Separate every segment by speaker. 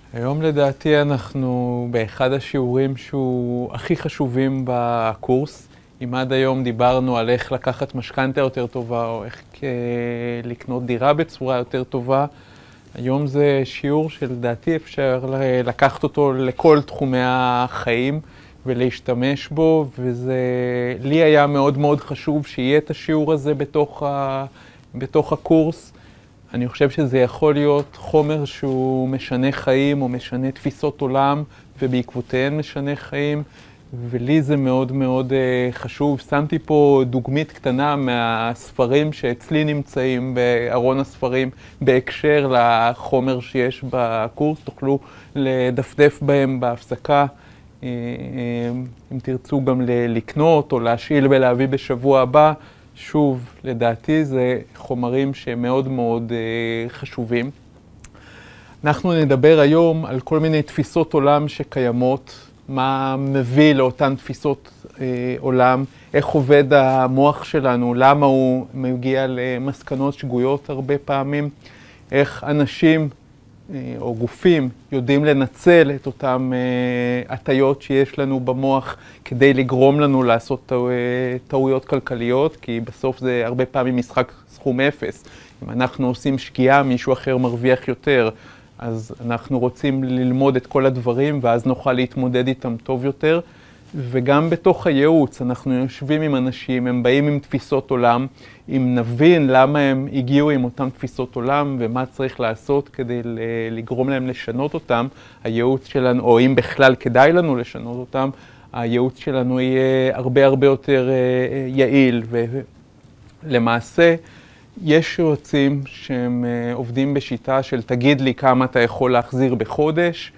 Speaker 1: היום לדעתי אנחנו באחד השיעורים שהוא הכי חשובים בקורס. אם עד היום דיברנו על איך לקחת משכנתה יותר טובה או איך לקנות דירה בצורה יותר טובה, היום זה שיעור שלדעתי אפשר לקחת אותו לכל תחומי החיים ולהשתמש בו, וזה לי היה מאוד מאוד חשוב שיהיה את השיעור הזה בתוך הקורס. אני חושב שזה יכול להיות חומר שהוא משנה חיים או משנה תפיסות עולם ובעקבותיהן משנה חיים, ולי זה מאוד מאוד חשוב. שמתי פה דוגמית קטנה מהספרים שאצלי נמצאים בארון הספרים בהקשר לחומר שיש בקורס. תוכלו לדפדף בהם בהפסקה, אם תרצו גם לקנות או להשאיל ולהביא בשבוע הבא. שוב, לדעתי זה חומרים שמאוד מאוד חשובים. אנחנו נדבר היום על כל מיני תפיסות עולם שקיימות, מה מביא לאותן תפיסות עולם, איך עובד המוח שלנו, למה הוא מגיע למסקנות שגויות הרבה פעמים, איך אנשים או גופים יודעים לנצל את אותם הטיות שיש לנו במוח כדי לגרום לנו לעשות טעויות כלכליות, כי בסוף זה הרבה פעמים משחק סכום אפס. אם אנחנו עושים שגיאה, מישהו אחר מרוויח יותר, אז אנחנו רוצים ללמוד את כל הדברים ואז נוכל להתמודד איתם טוב יותר. וגם בתוך הייעוץ אנחנו יושבים עם אנשים, הם באים עם תפיסות עולם, אם נבין למה הם הגיעו עם אותם תפיסות עולם ומה צריך לעשות כדי לגרום להם לשנות אותם, הייעוץ שלנו, או אם בכלל כדאי לנו לשנות אותם, הייעוץ שלנו יהיה הרבה הרבה יותר יעיל. ולמעשה יש יועצים שהם עובדים בשיטה של תגיד לי כמה אתה יכול להחזיר בחודש,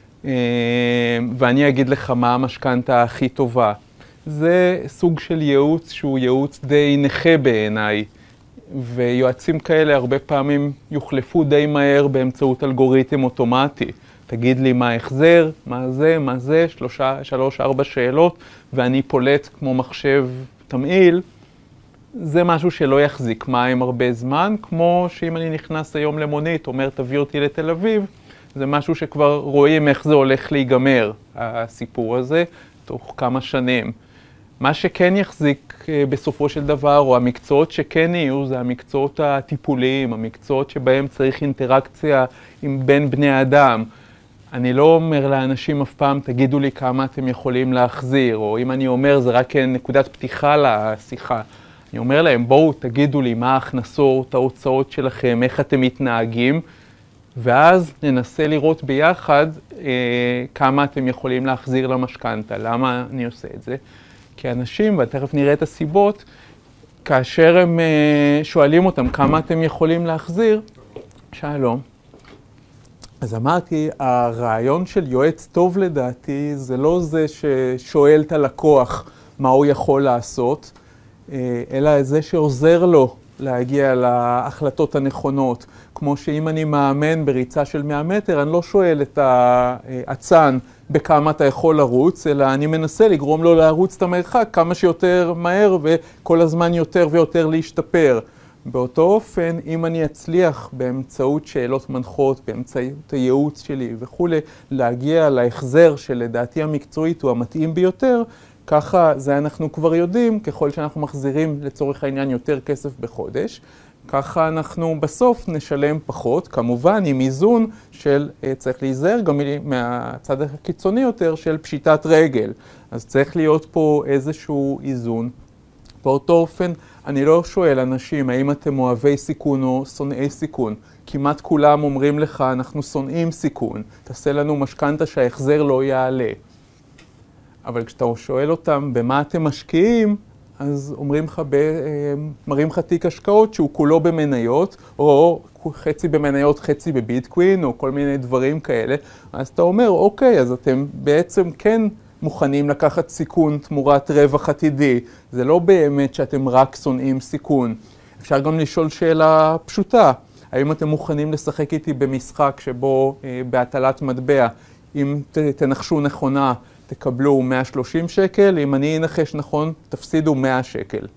Speaker 1: ואני אגיד לך מה המשכנתה הכי טובה. זה סוג של ייעוץ שהוא ייעוץ די נכה בעיניי, ויועצים כאלה הרבה פעמים יוחלפו די מהר באמצעות אלגוריתם אוטומטי. תגיד לי מה ההחזר, מה זה, 3-4 שאלות, ואני פולט כמו מחשב תמעיל. זה משהו שלא יחזיק מים הרבה זמן, כמו שאם אני נכנס היום למונית, אומר תביא אותי לתל אביב, זה משהו שכבר רואים איך זה הולך להיגמר, הסיפור הזה, תוך כמה שנים. מה שכן יחזיק בסופו של דבר, או המקצועות שכן יהיו, זה המקצועות הטיפוליים, המקצועות שבהם צריך אינטראקציה עם בין בני אדם. אני לא אומר לאנשים אף פעם, תגידו לי כמה אתם יכולים להחזיר, או אם אני אומר, זה רק נקודת פתיחה לשיחה. אני אומר להם, בואו תגידו לי מה ההכנסות, ההוצאות שלכם, איך אתם מתנהגים, ואז ננסה לראות ביחד כמה אתם יכולים להחזיר למשכנתה. למה אני עושה את זה? כי אנשים, ותכף נראה את הסיבות, כאשר הם שואלים אותם כמה אתם יכולים להחזיר, שלום. אז אמרתי, הרעיון של יועץ טוב לדעתי, זה לא זה ששואל את הלקוח מה הוא יכול לעשות, אלא זה שעוזר לו להגיע להחלטות הנכונות. כמו שאם אני מאמן בריצה של 100 מטר, אני לא שואל את האצן בכמה אתה יכול לרוץ, אלא אני מנסה לגרום לו לרוץ את המרחק כמה שיותר מהר וכל הזמן יותר ויותר להשתפר. באותו אופן, אם אני אצליח באמצעות שאלות מנחות, באמצעות הייעוץ שלי וכו', להגיע להחזר שלדעתי המקצועית הוא המתאים ביותר, ככה זה אנחנו כבר יודעים, ככל שאנחנו מחזירים לצורך העניין יותר כסף בחודש, ככה אנחנו בסוף נשלם פחות, כמובן עם איזון של, צריך להיזהר גם מהצד הקיצוני יותר של פשיטת רגל. אז צריך להיות פה איזשהו איזון. באותו אופן, אני לא שואל אנשים, האם אתם אוהבי סיכון או שונאי סיכון? כמעט כולם אומרים לך, אנחנו שונאים סיכון, תעשה לנו משכנתה שההחזר לא יעלה. אבל כשאתה שואל אותם במה אתם משקיעים, אז אומרים לך, מראים לך תיק השקעות שהוא כולו במניות, או חצי במניות, חצי בביטקוין, או כל מיני דברים כאלה. אז אתה אומר, אוקיי, אז אתם בעצם כן מוכנים לקחת סיכון תמורת רווח עתידי. זה לא באמת שאתם רק שונאים סיכון. אפשר גם לשאול שאלה פשוטה. האם אתם מוכנים לשחק איתי במשחק שבו בהטלת מטבע, אם תנחשו נכונה, תקבלו 130 שקל, אם אני אנחש נכון, תפסידו 100 שקל.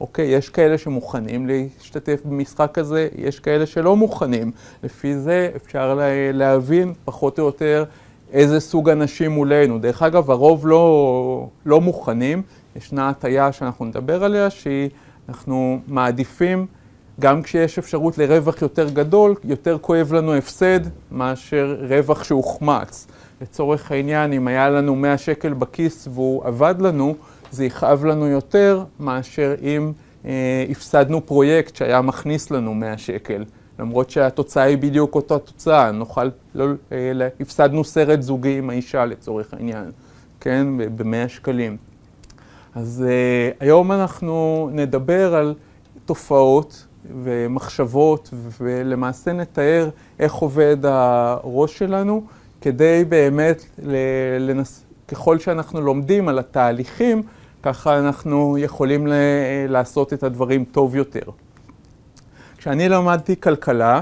Speaker 1: אוקיי, יש כאלה שמוכנים להשתתף במשחק הזה, יש כאלה שלא מוכנים. לפי זה אפשר להבין פחות או יותר איזה סוג אנשים מולנו. דרך אגב, הרוב לא מוכנים. ישנה הטיה שאנחנו נדבר עליה, שאנחנו מעדיפים, גם כשיש אפשרות לרווח יותר גדול, יותר כואב לנו הפסד מאשר רווח שהוחמץ. לצורך העניין, אם היה לנו 100 שקל בכיס והוא עבד לנו, זה יכאב לנו יותר מאשר אם הפסדנו פרויקט שהיה מכניס לנו 100 שקל. למרות שהתוצאה היא בדיוק אותה תוצאה, הפסדנו סרט זוגי עם האישה לצורך העניין, כן? ב100 שקלים. אז היום אנחנו נדבר על תופעות ומחשבות, ולמעשה נתאר איך עובד הראש שלנו, כדי באמת, ככל שאנחנו לומדים על התהליכים, ככה אנחנו יכולים לעשות את הדברים טוב יותר. כשאני למדתי כלכלה,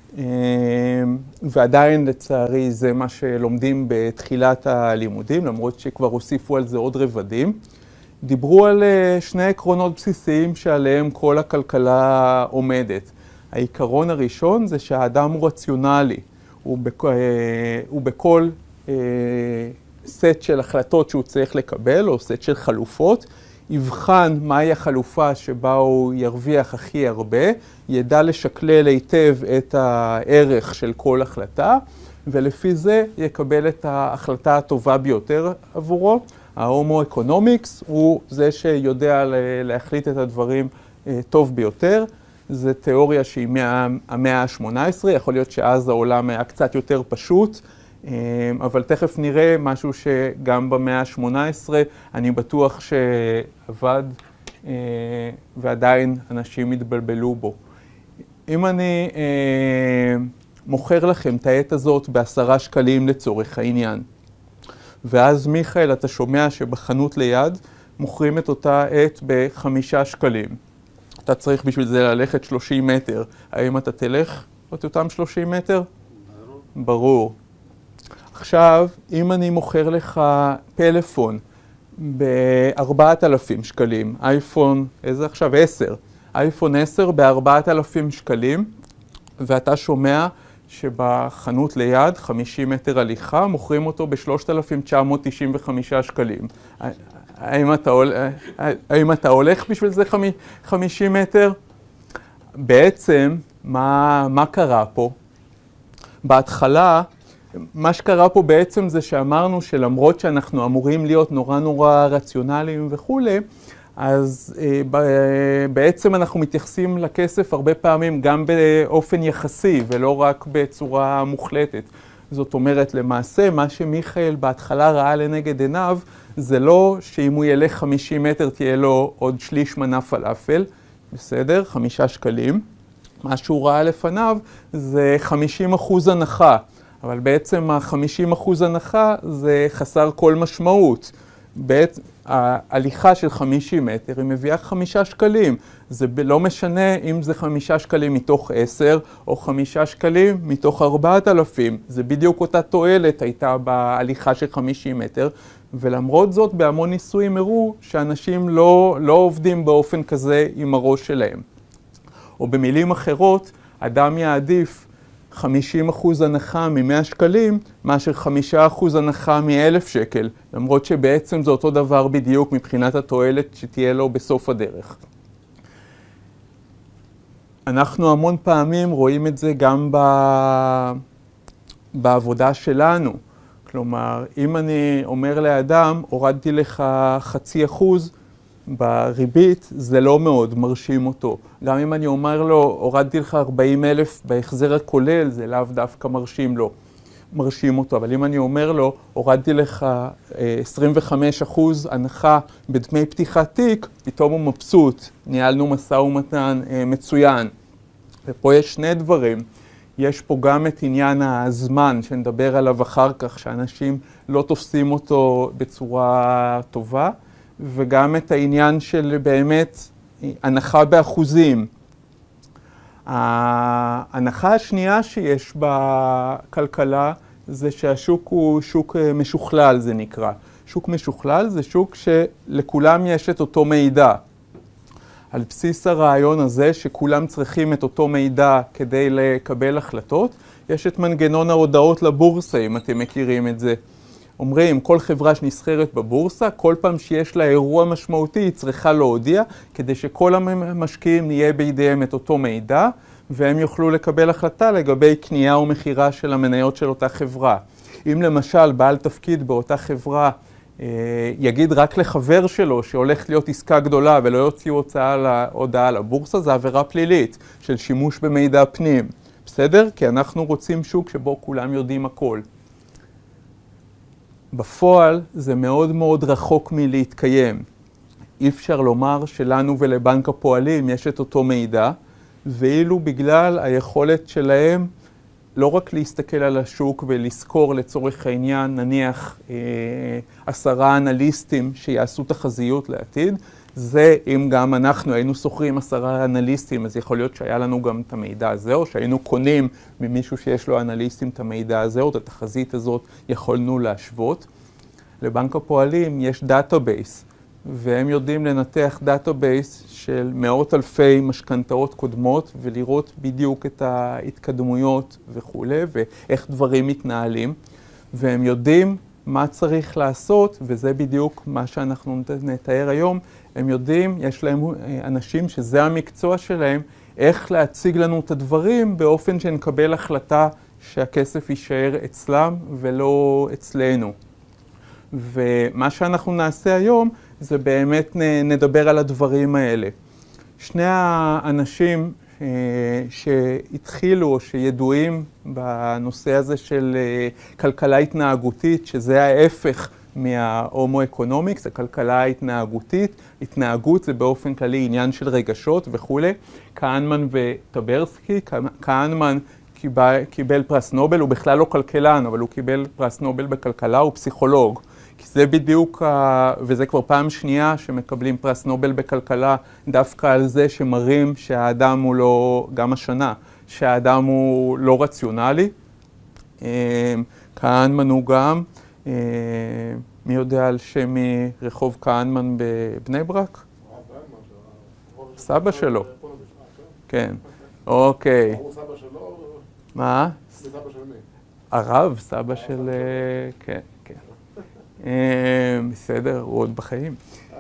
Speaker 1: ועדיין לצערי זה מה שלומדים בתחילת הלימודים, למרות שכבר הוסיפו על זה עוד רבדים, דיברו על שני עקרונות בסיסיים שעליהם כל הכלכלה עומדת. העיקרון הראשון זה שהאדם הוא רציונלי, הוא בכל סט של החלטות שהוא צריך לקבל, או סט של חלופות, יבחן מהי החלופה שבה הוא ירוויח הכי הרבה, ידע לשקלל היטב את הערך של כל החלטה, ולפי זה יקבל את ההחלטה הטובה ביותר עבורו. ההומו אקונומיקס הוא זה שיודע להחליט את הדברים טוב ביותר. זו תיאוריה שהיא מהמאה ה-18, יכול להיות שאז העולם היה קצת יותר פשוט, אבל תכף נראה משהו שגם במאה ה-18 אני בטוח שעבד ועדיין אנשים התבלבלו בו. אם אני מוכר לכם את העת הזאת ב10 שקלים לצורך העניין, ואז מיכאל, אתה שומע שבחנות ליד מוכרים את אותה עת ב5 שקלים. אתה צריך בשביל זה ללכת 30 מטר. האם אתה תלך את אותם 30 מטר? ברור. עכשיו, אם אני מוכר לך פלאפון ב4,000 שקלים, אייפון, איזה עכשיו? 10. אייפון 10 ב4,000 שקלים, ואתה שומע שבחנות ליד, 50 מטר הליכה, מוכרים אותו ב3,995 שקלים. האם אתה הולך בשביל זה 50 מטר? בעצם, מה קרה פה? בהתחלה, מה שקרה פה בעצם זה שאמרנו שלמרות שאנחנו אמורים להיות נורא רציונליים וכולי, אז בעצם אנחנו מתייחסים לכסף הרבה פעמים גם באופן יחסי ולא רק בצורה מוחלטת. זאת אומרת, למעשה, מה שמיכאל בהתחלה ראה לנגד עיניו, זה לא שאם הוא ילך 50 מטר תהיה לו עוד שליש מנה פלאפל, בסדר? 5 שקלים. מה שהוא ראה לפניו זה 50% הנחה, אבל בעצם ה-50% הנחה זה חסר כל משמעות. בעצם ההליכה של 50 מטר היא מביאה 5 שקלים. זה לא משנה אם זה 5 שקלים מתוך 10 או 5 שקלים מתוך 4,000. זה בדיוק אותה תועלת הייתה בהליכה של 50 מטר. ולמרות זאת בהמון ניסויים הראו שאנשים לא עובדים באופן כזה עם הראש שלהם. או במילים אחרות, אדם יעדיף 50% הנחה מ100 שקלים, מאשר 5% הנחה מ1,000 שקל, למרות שבעצם זה אותו דבר בדיוק מבחינת התועלת שתהיה לו בסוף הדרך. אנחנו המון פעמים רואים את זה גם בעבודה שלנו. כלומר, אם אני אומר לאדם, הורדתי לך 0.5% בריבית, זה לא מאוד מרשים אותו. גם אם אני אומר לו, הורדתי לך 40,000 בהחזר הכולל, זה לאו דווקא מרשים אותו. אבל אם אני אומר לו, הורדתי לך 25% הנחה בדמי פתיחת תיק, פתאום הוא מבסוט, ניהלנו משא ומתן מצוין. ופה יש שני דברים. יש פה גם את עניין הזמן שנדבר עליו אחר כך, שאנשים לא תופסים אותו בצורה טובה, וגם את העניין של באמת הנחה באחוזים. ההנחה השנייה שיש בכלכלה זה שהשוק הוא שוק משוכלל, זה נקרא. שוק משוכלל זה שוק שלכולם יש את אותו מידע. על בסיס הרעיון הזה שכולם צריכים את אותו מידע כדי לקבל החלטות, יש את מנגנון ההודעות לבורסה, אם אתם מכירים את זה. אומרים, כל חברה שנסחרת בבורסה, כל פעם שיש לה אירוע משמעותי, היא צריכה להודיע, כדי שכל המשקיעים נהיה בידיהם את אותו מידע, והם יוכלו לקבל החלטה לגבי קנייה או מחירה של המניות של אותה חברה. אם למשל בעל תפקיד באותה חברה יגיד רק לחבר שלו שהולך להיות עסקה גדולה ולא יוציאו הודעה לבורסה, זה עבירה פלילית של שימוש במידע פנים. בסדר? כי אנחנו רוצים שוק שבו כולם יודעים הכל. בפועל זה מאוד מאוד רחוק מלהתקיים. אי אפשר לומר שלנו ולבנק הפועלים יש את אותו מידע, ואילו בגלל היכולת שלהם לא רק להסתכל על השוק ולזכור לצורך העניין, נניח 10 אנליסטים שיעשו תחזיות לעתיד, זה אם גם אנחנו היינו שוכרים 10 אנליסטים, אז יכול להיות שהיה לנו גם את המידע הזה, או שהיינו קונים ממישהו שיש לו אנליסטים את המידע הזה, או את התחזית הזאת יכולנו להשוות. לבנק הפועלים יש דאטאבייס, והם יודעים לנתח דאטאבייס של מאות אלפי משכנתאות קודמות, ולראות בדיוק את ההתקדמויות וכו', ואיך דברים מתנהלים, והם יודעים מה צריך לעשות, וזה בדיוק מה שאנחנו נתאר היום. הם יודעים, יש להם אנשים שזה המקצוע שלהם, איך להציג לנו את הדברים באופן שנקבל החלטה שהכסף יישאר אצלם ולא אצלנו. ומה שאנחנו נעשה היום זה באמת נדבר על הדברים האלה. שני האנשים שהתחילו או שידועים בנושא הזה של כלכלה התנהגותית, שזה ההפך מההומו-אקונומיקס, הכלכלה ההתנהגותית. התנהגות זה באופן כללי עניין של רגשות וכו'. כהנמן וטברסקי. כהנמן קיבל פרס נובל, הוא בכלל לא כלכלן, אבל הוא קיבל פרס נובל בכלכלה, הוא פסיכולוג. כי זה בדיוק, וזה כבר פעם שנייה שמקבלים פרס נובל בכלכלה, דווקא על זה שמראים שהאדם הוא לא, גם השנה, שהאדם הוא לא רציונלי. כהנמן הוא גם, מי יודע על שם רחוב כהנמן בבני ברק? סבא שלו. כן, אוקיי.
Speaker 2: סבא שלו?
Speaker 1: מה?
Speaker 2: סבא של מי?
Speaker 1: הרב, סבא של... כן, כן. בסדר, הוא עוד בחיים.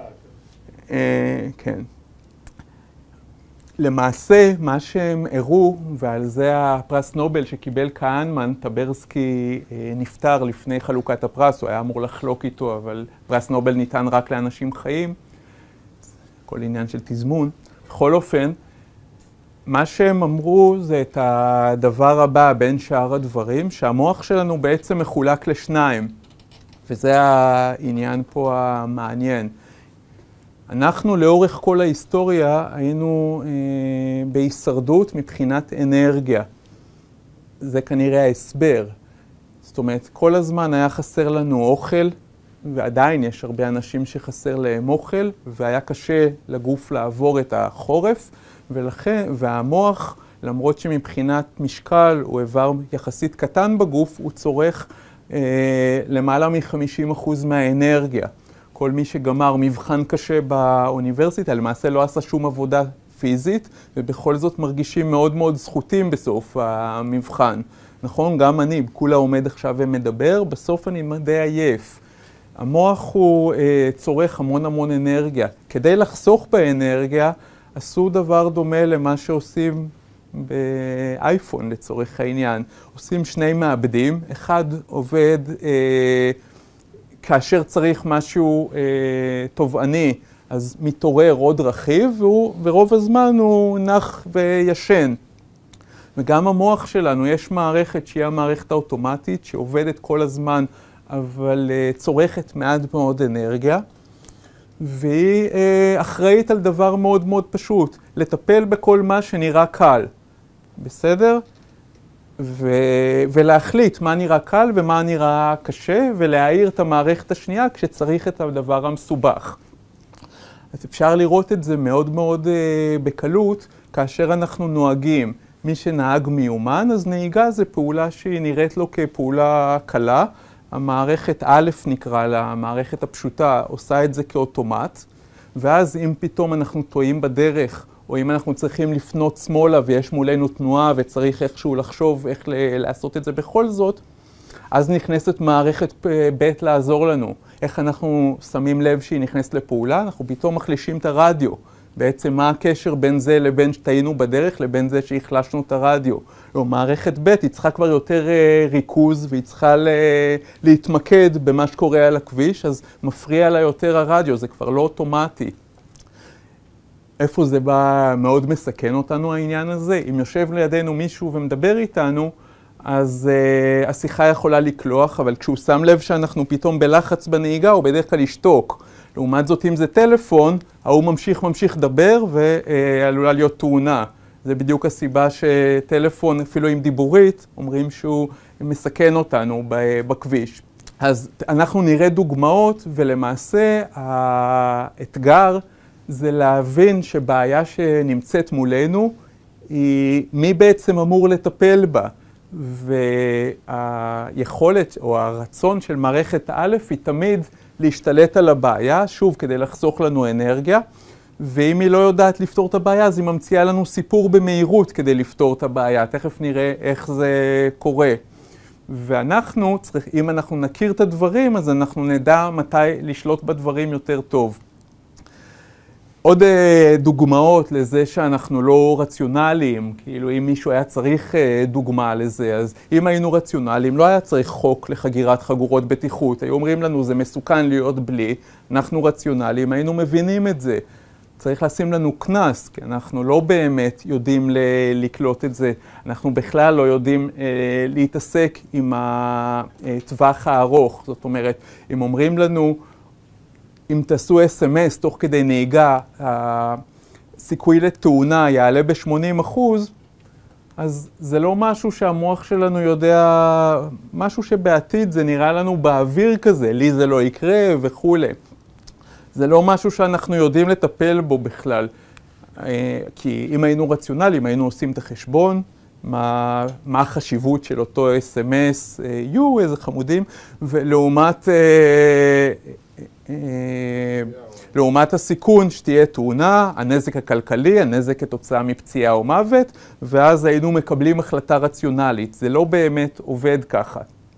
Speaker 1: כן. למעשה, מה שהם הראו, ועל זה הפרס נובל שקיבל כהנמן, טברסקי נפטר לפני חלוקת הפרס, הוא היה אמור לחלוק איתו, אבל פרס נובל ניתן רק לאנשים חיים, כל עניין של תזמון. בכל אופן, מה שהם אמרו זה את הדבר הבא בין שאר הדברים, שהמוח שלנו בעצם מחולק לשניים, וזה העניין פה המעניין. אנחנו לאורך כל ההיסטוריה היינו בהישרדות מבחינת אנרגיה. זה כנראה ההסבר. זאת אומרת, כל הזמן היה חסר לנו אוכל, ועדיין יש הרבה אנשים שחסר להם אוכל, והיה קשה לגוף לעבור את החורף, והמוח, למרות שמבחינת משקל הוא איבר יחסית קטן בגוף, הוא צורך למעלה מ-50% מהאנרגיה. כל מי שגמר מבחן קשה באוניברסיטה, למעשה לא עשה שום עבודה פיזית, ובכל זאת מרגישים מאוד מאוד זכותים בסוף המבחן. נכון? גם אני, כולה עומד עכשיו ומדבר, בסוף אני די עייף. המוח הוא צורך המון אנרגיה. כדי לחסוך באנרגיה, עשו דבר דומה למה שעושים באייפון לצורך העניין. עושים שני מעבדים, אחד עובד כאשר צריך משהו תובעני, אז מתעורר עוד רכיב, ורוב הזמן הוא נח וישן. וגם המוח שלנו, יש מערכת שהיא המערכת האוטומטית, שעובדת כל הזמן, אבל צורכת מעט מאוד אנרגיה. והיא אחראית על דבר מאוד מאוד פשוט, לטפל בכל מה שנראה קל. בסדר? ולהחליט מה נראה קל ומה נראה קשה, ולהעיר את המערכת השנייה כשצריך את הדבר המסובך. אז אפשר לראות את זה מאוד מאוד בקלות, כאשר אנחנו נוהגים. מי שנהג מיומן, אז נהיגה זה פעולה שהיא נראית לו כפעולה קלה. המערכת א' נקרא לה, המערכת הפשוטה, עושה את זה כאוטומט, ואז אם פתאום אנחנו טועים בדרך, או אם אנחנו צריכים לפנות שמאלה ויש מולנו תנועה וצריך איכשהו לחשוב איך לעשות את זה בכל זאת, אז נכנסת מערכת ב' לעזור לנו. איך אנחנו שמים לב שהיא נכנסת לפעולה? אנחנו פתאום מחלישים את הרדיו. בעצם מה הקשר בין זה לבין שטעינו בדרך לבין זה שהחלשנו את הרדיו? לא, מערכת ב' היא צריכה כבר יותר ריכוז והיא צריכה להתמקד במה שקורה על הכביש, אז מפריע לה יותר הרדיו, זה כבר לא אוטומטי. איפה זה בא מאוד מסכן אותנו העניין הזה? אם יושב לידינו מישהו ומדבר איתנו, אז השיחה יכולה לקלוח, אבל כשהוא שם לב שאנחנו פתאום בלחץ בנהיגה, הוא בדרך כלל ישתוק. לעומת זאת, אם זה טלפון, הוא ממשיך לדבר ועלולה להיות תאונה. זה בדיוק הסיבה שטלפון, אפילו עם דיבורית, אומרים שהוא מסכן אותנו בכביש. אז אנחנו נראה דוגמאות, ולמעשה האתגר זה להבין שבעיה שנמצאת מולנו, היא מי בעצם אמור לטפל בה. והיכולת או הרצון של מערכת א' היא תמיד להשתלט על הבעיה, שוב, כדי לחסוך לנו אנרגיה, ואם היא לא יודעת לפתור את הבעיה, אז היא ממציאה לנו סיפור במהירות כדי לפתור את הבעיה. תכף נראה איך זה קורה. ואנחנו, אם אנחנו נכיר את הדברים, אז אנחנו נדע מתי לשלוט בדברים יותר טוב. עוד דוגמאות לזה שאנחנו לא רציונליים, כאילו אם מישהו היה צריך דוגמה לזה, אז אם היינו רציונליים, לא היה צריך חוק לחגירת חגורות בטיחות. היו אומרים לנו, זה מסוכן להיות בלי, אנחנו רציונליים, היינו מבינים את זה. צריך לשים לנו כנס, כי אנחנו לא באמת יודעים לקלוט את זה. אנחנו בכלל לא יודעים להתעסק עם הטווח הארוך. זאת אומרת, אם אומרים לנו, אם תעשו SMS תוך כדי נהיגה, הסיכוי לתאונה יעלה ב-80%, אז זה לא משהו שהמוח שלנו יודע, משהו שבעתיד זה נראה לנו באוויר כזה, לי זה לא יקרה וכו'. זה לא משהו שאנחנו יודעים לטפל בו בכלל. כי אם היינו רציונליים, היינו עושים את החשבון, מה החשיבות של אותו SMS, איזה חמודים, ולעומת לעומת הסיכון שתהיה תאונה, הנזק הכלכלי, הנזק כתוצאה מפציעה או מוות, ואז היינו מקבלים החלטה רציונלית. זה לא באמת עובד ככה.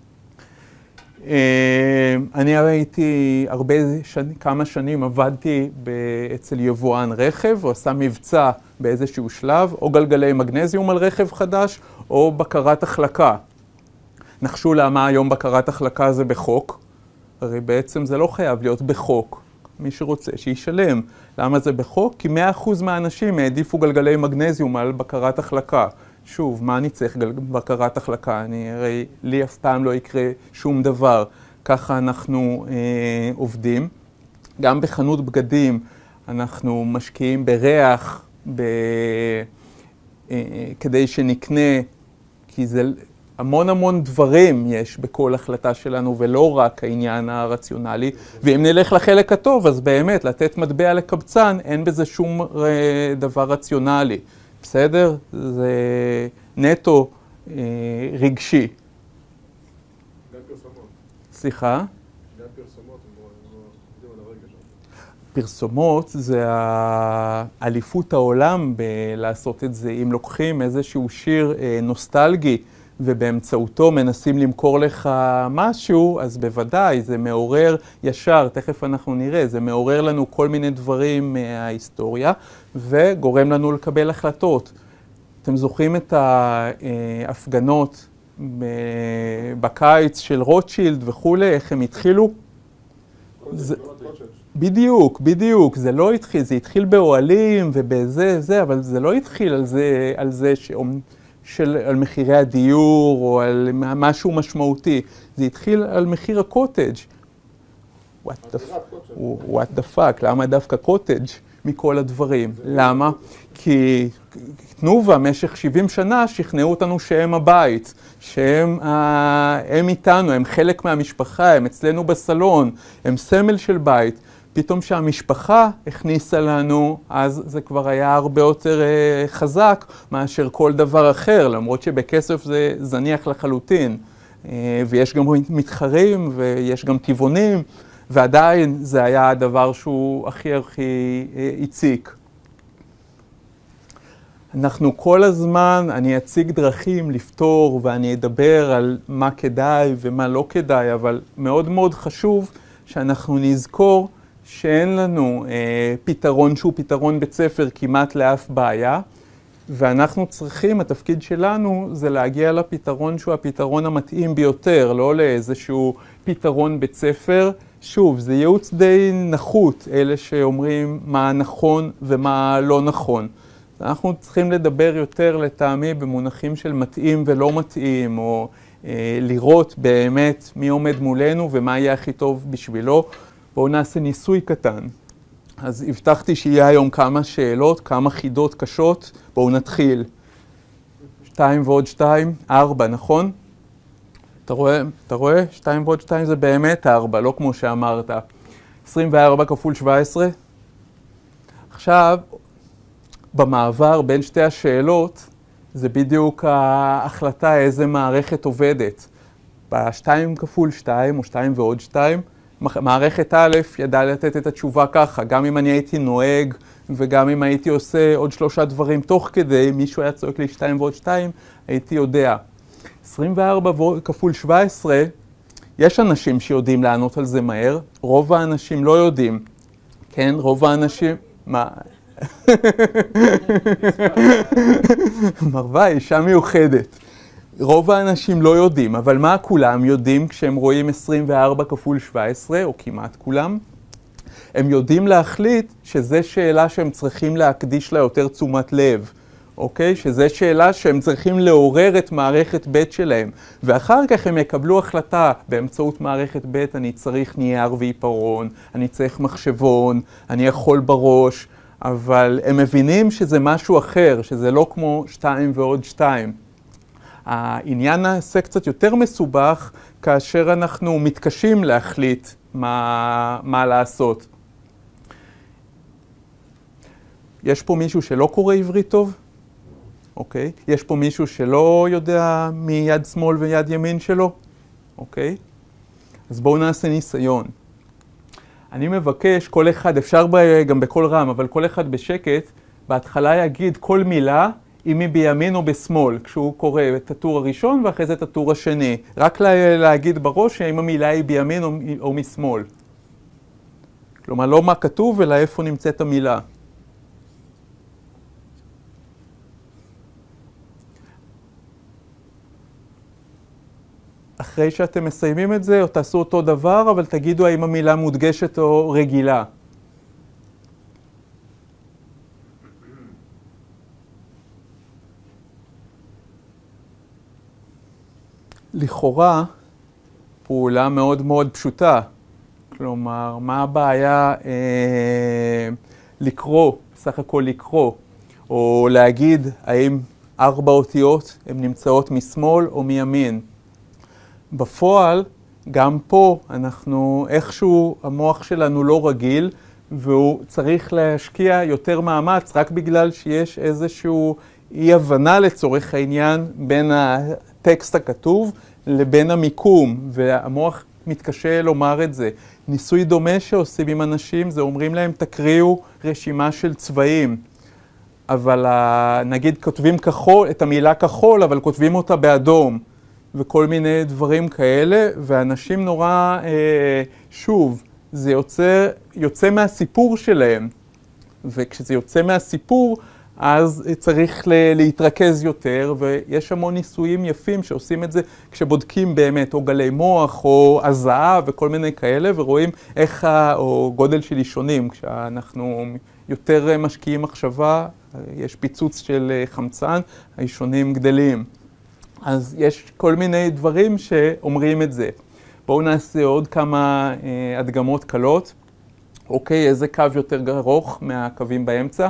Speaker 1: אני הייתי כמה שנים עבדתי אצל יבואן רכב, הוא עשה מבצע באיזשהו שלב, או גלגלי מגנזיום על רכב חדש, או בקרת החלקה. נחשו למה היום בקרת החלקה זה בחוק? הרי בעצם זה לא חייב להיות בחוק. מי שרוצה שישלם. למה זה בחוק? כי 100% מהאנשים העדיפו גלגלי מגנזיום על בקרת החלקה. שוב, מה אני צריך בקרת החלקה? הרי לי אף פעם לא יקרה שום דבר. ככה אנחנו עובדים. גם בחנות בגדים אנחנו משקיעים בריח, כדי שנקנה, כי זה המון דברים יש בכל החלטה שלנו, ולא רק העניין הרציונלי. ואם נלך לחלק הטוב, אז באמת, לתת מטבע לקבצן, אין בזה שום דבר רציונלי. בסדר? זה נטו רגשי.
Speaker 2: גם פרסומות.
Speaker 1: סליחה?
Speaker 2: גם פרסומות, הם עובדים על הרגש.
Speaker 1: פרסומות זה האליפות העולם בלעשות את זה. אם לוקחים איזשהו שיר נוסטלגי, ובאמצעותו מנסים למכור לך משהו, אז בוודאי זה מעורר ישר, תכף אנחנו נראה, זה מעורר לנו כל מיני דברים מההיסטוריה, וגורם לנו לקבל החלטות. אתם זוכרים את ההפגנות בקיץ של רוטשילד וכו', איך הם התחילו? בדיוק, זה לא התחיל, זה התחיל באוהלים ובזה, אבל זה לא התחיל על זה על מחירי הדיור או על משהו משמעותי. זה התחיל על מחיר הקוטג'. What the fuck? למה דווקא קוטג' מכל הדברים? למה? כי תנובה במשך 70 שנה שכנעו אותנו שהם הבית, שהם איתנו, הם חלק מהמשפחה, הם אצלנו בסלון, הם סמל של בית. פתאום שהמשפחה הכניסה לנו, אז זה כבר היה הרבה יותר חזק מאשר כל דבר אחר, למרות שבכסף זה זניח לחלוטין. ויש גם מתחרים ויש גם טבעונים, ועדיין זה היה הדבר שהוא הכי הציק. אנחנו כל הזמן, אני אציג דרכים לפתור ואני אדבר על מה כדאי ומה לא כדאי, אבל מאוד מאוד חשוב שאנחנו נזכור שאין לנו פתרון שהוא פתרון בית ספר כמעט לאף בעיה, ואנחנו צריכים, התפקיד שלנו זה להגיע לפתרון שהוא הפתרון המתאים ביותר, לא לאיזשהו פתרון בית ספר. שוב, זה ייעוץ די נחות, אלה שאומרים מה נכון ומה לא נכון. אנחנו צריכים לדבר יותר לטעמי במונחים של מתאים ולא מתאים, או לראות באמת מי עומד מולנו ומה יהיה הכי טוב בשבילו. בואו נעשה ניסוי קטן. אז הבטחתי שיהיה היום כמה שאלות, כמה חידות קשות. בואו נתחיל. 2 ועוד 2, 4, נכון? אתה רואה? 2 ועוד 2 זה באמת 4, לא כמו שאמרת. 24 כפול 17. עכשיו, במעבר בין שתי השאלות, זה בדיוק ההחלטה איזה מערכת עובדת. ב-2 כפול 2 או 2 ועוד 2, מערכת א' ידעה לתת את התשובה ככה, גם אם אני הייתי נוהג וגם אם הייתי עושה עוד 3 דברים תוך כדי, מישהו היה צועק לי 2 ועוד 2, הייתי יודע. 24 כפול 17, יש אנשים שיודעים לענות על זה מהר, רוב האנשים לא יודעים. כן, רוב האנשים... מה? מרווה, אישה מיוחדת. רוב האנשים לא יודעים, אבל מה כולם יודעים כשהם רואים 24 כפול 17, או כמעט כולם? הם יודעים להחליט שזו שאלה שהם צריכים להקדיש לה יותר תשומת לב, אוקיי? שזו שאלה שהם צריכים לעורר את מערכת ב' שלהם, ואחר כך הם יקבלו החלטה באמצעות מערכת ב', אני צריך נייר ועיפרון, אני צריך מחשבון, אני יכול בראש, אבל הם מבינים שזה משהו אחר, שזה לא כמו 2 ועוד 2. העניין נעשה קצת יותר מסובך כאשר אנחנו מתקשים להחליט מה לעשות. יש פה מישהו שלא קורא עברית טוב? אוקיי. יש פה מישהו שלא יודע מיד שמאל ויד ימין שלו? אוקיי. אז בואו נעשה ניסיון. אני מבקש, כל אחד, אפשר גם בכל רם, אבל כל אחד בשקט, בהתחלה יגיד כל מילה, אם היא בימין או בשמאל, כשהוא קורא את הטור הראשון ואחרי זה את הטור השני. רק להגיד בראש אם המילה היא בימין או משמאל. כלומר, לא מה כתוב, אלא איפה נמצאת המילה. אחרי שאתם מסיימים את זה, או תעשו אותו דבר, אבל תגידו האם המילה מודגשת או רגילה. לכאורה, פעולה מאוד מאוד פשוטה. כלומר, מה הבעיה לקרוא, בסך הכל לקרוא, או להגיד האם 4 אותיות הן נמצאות משמאל או מימין. בפועל, גם פה אנחנו, איכשהו המוח שלנו לא רגיל, והוא צריך להשקיע יותר מאמץ, רק בגלל שיש איזשהו אי הבנה לצורך העניין בין הטקסט הכתוב לבין המיקום, והמוח מתקשה לומר את זה. ניסוי דומה שעושים עם אנשים, זה אומרים להם תקריאו רשימה של צבעים, אבל נגיד כותבים כחול, את המילה כחול, אבל כותבים אותה באדום. וכל מיני דברים כאלה, ואנשים נורא, שוב, זה יוצא מהסיפור שלהם, וכשזה יוצא מהסיפור, אז צריך להתרכז יותר, ויש המון ניסויים יפים שעושים את זה כשבודקים באמת, או גלי מוח, או הזעה, וכל מיני כאלה, ורואים איך, או גודל של אישונים, כשאנחנו יותר משקיעים מחשבה, יש פיצוץ של חמצן, האישונים גדלים. אז יש כל מיני דברים שאומרים את זה. בואו נעשה עוד כמה הדגמות קלות. אוקיי, איזה קו יותר ארוך מהקווים באמצע?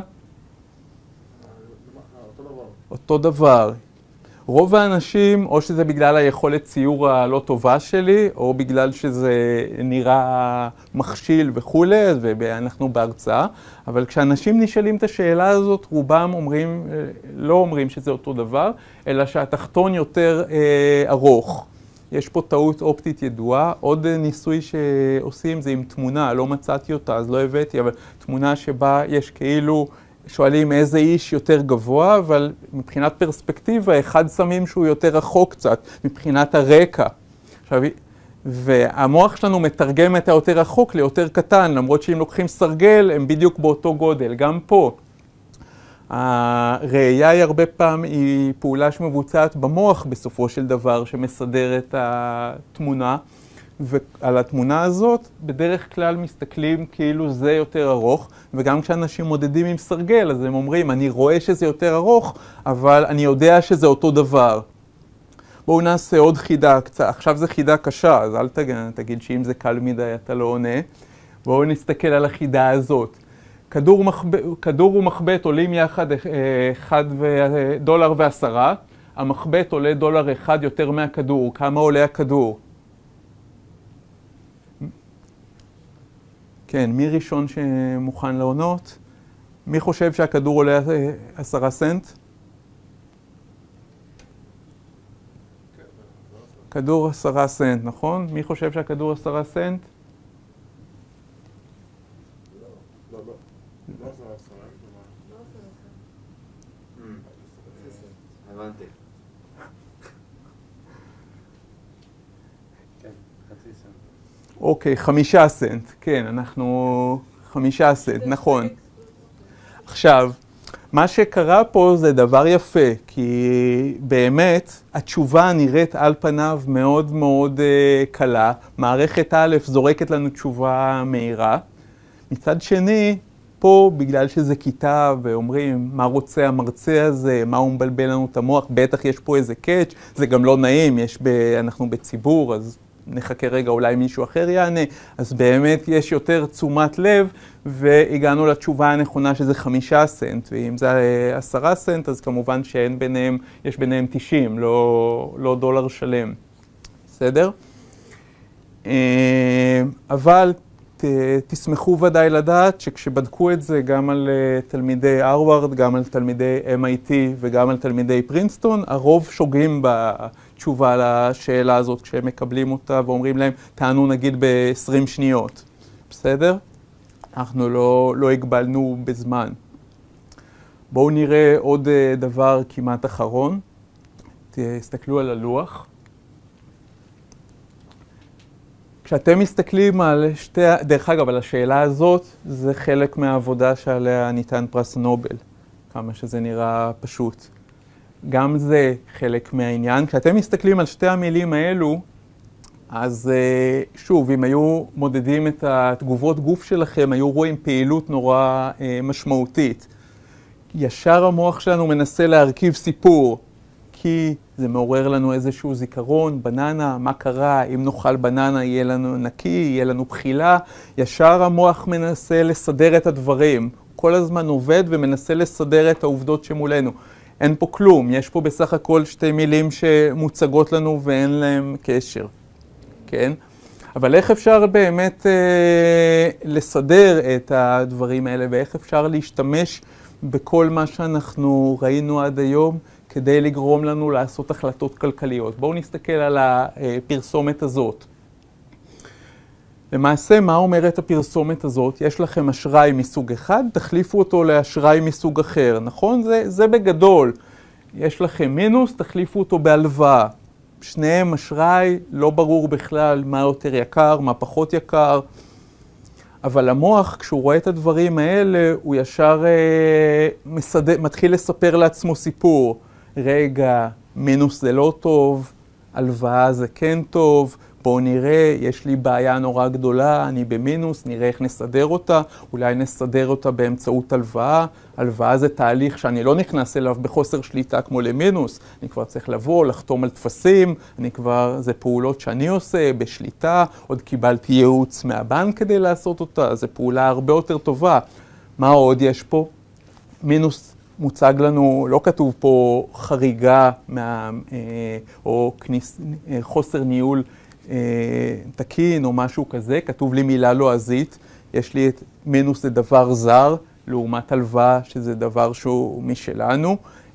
Speaker 1: אותו דבר. רוב האנשים, או שזה בגלל היכולת ציור הלא טובה שלי, או בגלל שזה נראה מכשיל וכו', ואנחנו בהרצאה, אבל כשאנשים נשאלים את השאלה הזאת, רובם לא אומרים שזה אותו דבר, אלא שהתחתון יותר ארוך. יש פה טעות אופטית ידועה. עוד ניסוי שעושים זה עם תמונה, לא מצאתי אותה אז לא הבאתי, אבל תמונה שבה יש כאילו, שואלים איזה איש יותר גבוה, אבל מבחינת פרספקטיבה, אחד שמים שהוא יותר רחוק קצת, מבחינת הרקע. עכשיו, והמוח שלנו מתרגם את היותר רחוק ליותר קטן, למרות שאם לוקחים סרגל, הם בדיוק באותו גודל. גם פה, הראייה היא הרבה פעם היא פעולה שמבוצעת במוח בסופו של דבר, שמסדר את התמונה, ועל התמונה הזאת בדרך כלל מסתכלים כאילו זה יותר ארוך, וגם כשאנשים מודדים עם סרגל, אז הם אומרים, אני רואה שזה יותר ארוך, אבל אני יודע שזה אותו דבר. בואו נעשה עוד חידה קצת, עכשיו זה חידה קשה, אז אל תגיד שאם זה קל מדי אתה לא עונה. בואו נסתכל על החידה הזאת. כדור ומחבט עולים יחד $1.10, המחבט עולה $1 יותר מהכדור, כמה עולה הכדור? כן, מי ראשון שמוכן לענות? מי חושב שהכדור עולה 10 סנט? כדור 10 סנט, נכון? מי חושב שהכדור 10 סנט?
Speaker 3: הבנתי.
Speaker 1: אוקיי, 5 סנט. כן, אנחנו 5 סנט, נכון. עכשיו, מה שקרה פה זה דבר יפה, כי באמת התשובה נראית על פניו מאוד מאוד קלה. מערכת א' זורקת לנו תשובה מהירה. מצד שני, פה בגלל שזה כיתה ואומרים מה רוצה המרצה הזה, מה הוא מבלבל לנו את המוח, בטח יש פה איזה קאץ', זה גם לא נעים, אנחנו בציבור, אז נחכה רגע, אולי מישהו אחר יענה, אז באמת יש יותר תשומת לב, והגענו לתשובה הנכונה שזה 5 סנט, ואם זה 10 סנט, אז כמובן שאין ביניהם, יש ביניהם 90, לא דולר שלם. בסדר? אבל תשמחו ודאי לדעת שכשבדקו את זה גם על תלמידי הרווארד, גם על תלמידי MIT וגם על תלמידי פרינסטון, הרוב שוגים בתשובה לשאלה הזאת כשהם מקבלים אותה ואומרים להם, תענו נגיד ב-20 שניות. בסדר? אנחנו לא הגבלנו בזמן. בואו נראה עוד דבר כמעט אחרון. תסתכלו על הלוח. כשאתם מסתכלים על דרך אגב, על השאלה הזאת, זה חלק מהעבודה שעליה ניתן פרס נובל, כמה שזה נראה פשוט. גם זה חלק מהעניין. כשאתם מסתכלים על שתי המילים האלו, אז שוב, אם היו מודדים את התגובות גוף שלכם, היו רואים פעילות נורא משמעותית. ישר המוח שלנו מנסה להרכיב סיפור, כי זה מעורר לנו איזשהו זיכרון, בננה, מה קרה, אם נאכל בננה יהיה לנו נקי, יהיה לנו בחילה. ישר המוח מנסה לסדר את הדברים, כל הזמן עובד ומנסה לסדר את העובדות שמולנו. אין פה כלום, יש פה בסך הכל שתי מילים שמוצגות לנו ואין להם קשר, כן? אבל איך אפשר באמת לסדר את הדברים האלה, ואיך אפשר להשתמש בכל מה שאנחנו ראינו עד היום, כדי לגרום לנו לעשות החלטות כלכליות. בואו נסתכל על הפרסומת הזאת. למעשה, מה אומרת הפרסומת הזאת? יש לכם אשראי מסוג אחד, תחליפו אותו לאשראי מסוג אחר, נכון? זה בגדול. יש לכם מינוס, תחליפו אותו בהלוואה. שניהם אשראי, לא ברור בכלל מה יותר יקר, מה פחות יקר. אבל המוח, כשהוא רואה את הדברים האלה, הוא ישר מתחיל לספר לעצמו סיפור. רגע, מינוס זה לא טוב, הלוואה זה כן טוב, בואו נראה, יש לי בעיה נורא גדולה, אני במינוס, נראה איך נסדר אותה, אולי נסדר אותה באמצעות הלוואה. הלוואה זה תהליך שאני לא נכנס אליו בחוסר שליטה כמו למינוס, אני כבר צריך לבוא, לחתום על תפסים, זה פעולות שאני עושה בשליטה, עוד קיבלתי ייעוץ מהבנק כדי לעשות אותה, זו פעולה הרבה יותר טובה. מה עוד יש פה? מינוס מוצג לנו, לא כתוב פה חריגה או חוסר ניהול תקין או משהו כזה, כתוב לי מילה לועזית, יש לי את מינוס זה דבר זר, לעומת הלוואה שזה דבר שהוא משלנו.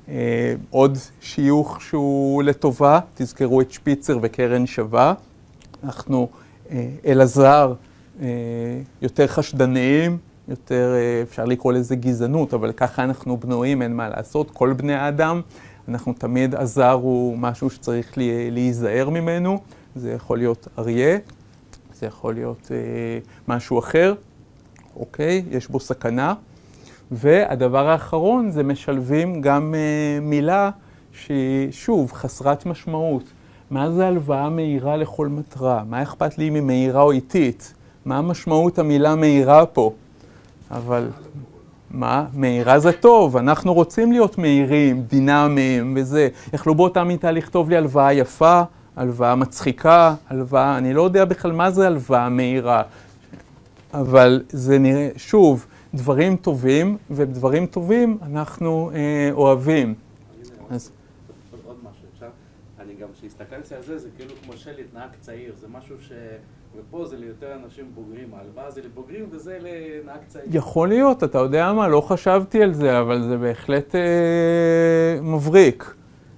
Speaker 1: עוד שיוך שהוא לטובה, תזכרו את שפיצר וקרן שווה. אנחנו אלעזר יותר חשדניים, יותר אפשר לקרוא לזה גזענות, אבל ככה אנחנו בנויים, אין מה לעשות. כל בני האדם, אנחנו תמיד, עזר הוא משהו שצריך להיזהר ממנו. זה יכול להיות אריה, זה יכול להיות משהו אחר, אוקיי? יש בו סכנה. והדבר האחרון זה משלבים גם מילה שהיא שוב חסרת משמעות. מה זה הלוואה מהירה לכל מטרה? מה אכפת לי אם היא מהירה או איטית? מה המשמעות המילה מהירה פה? אבל מה? מהירה זה טוב, אנחנו רוצים להיות מהירים, דינמיים וזה. יכלו באותה מיטה לכתוב לי הלוואה יפה, הלוואה מצחיקה, הלוואה, אני לא יודע בכלל מה זה הלוואה מהירה. אבל זה נראה, שוב, דברים טובים, ודברים טובים אנחנו אוהבים.
Speaker 3: אז עוד משהו, אפשר? אני גם, כשהסתכלתי על זה, זה כאילו כמו שלי, נהג צעיר, זה משהו ש... ופה זה ליותר אנשים בוגרים, ההלוואה זה לבוגרים וזה לנהג צעיר.
Speaker 1: יכול להיות, אתה יודע מה, לא חשבתי על זה, אבל זה בהחלט מבריק.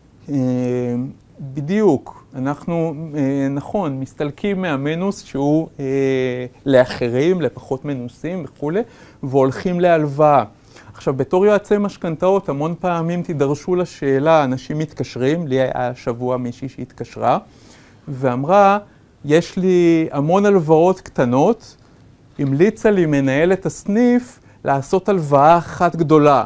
Speaker 1: בדיוק, אנחנו, נכון, מסתלקים מהמינוס שהוא לאחרים, לפחות מנוסים וכו', והולכים להלוואה. עכשיו, בתור יועצי משכנתאות, המון פעמים תידרשו לשאלה, אנשים מתקשרים, לי היה השבוע מישהי שהתקשרה, ואמרה, יש לי המון הלוואות קטנות, המליצה לי מנהלת הסניף לעשות הלוואה אחת גדולה,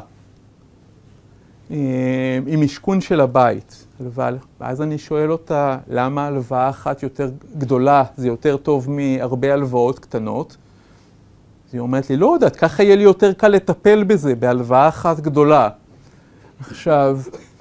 Speaker 1: עם משכון של הבית. ואז אני שואל אותה, למה הלוואה אחת יותר גדולה זה יותר טוב מהרבה הלוואות קטנות? אז היא אומרת לי, לא יודעת, ככה יהיה לי יותר קל לטפל בזה, בהלוואה אחת גדולה. עכשיו,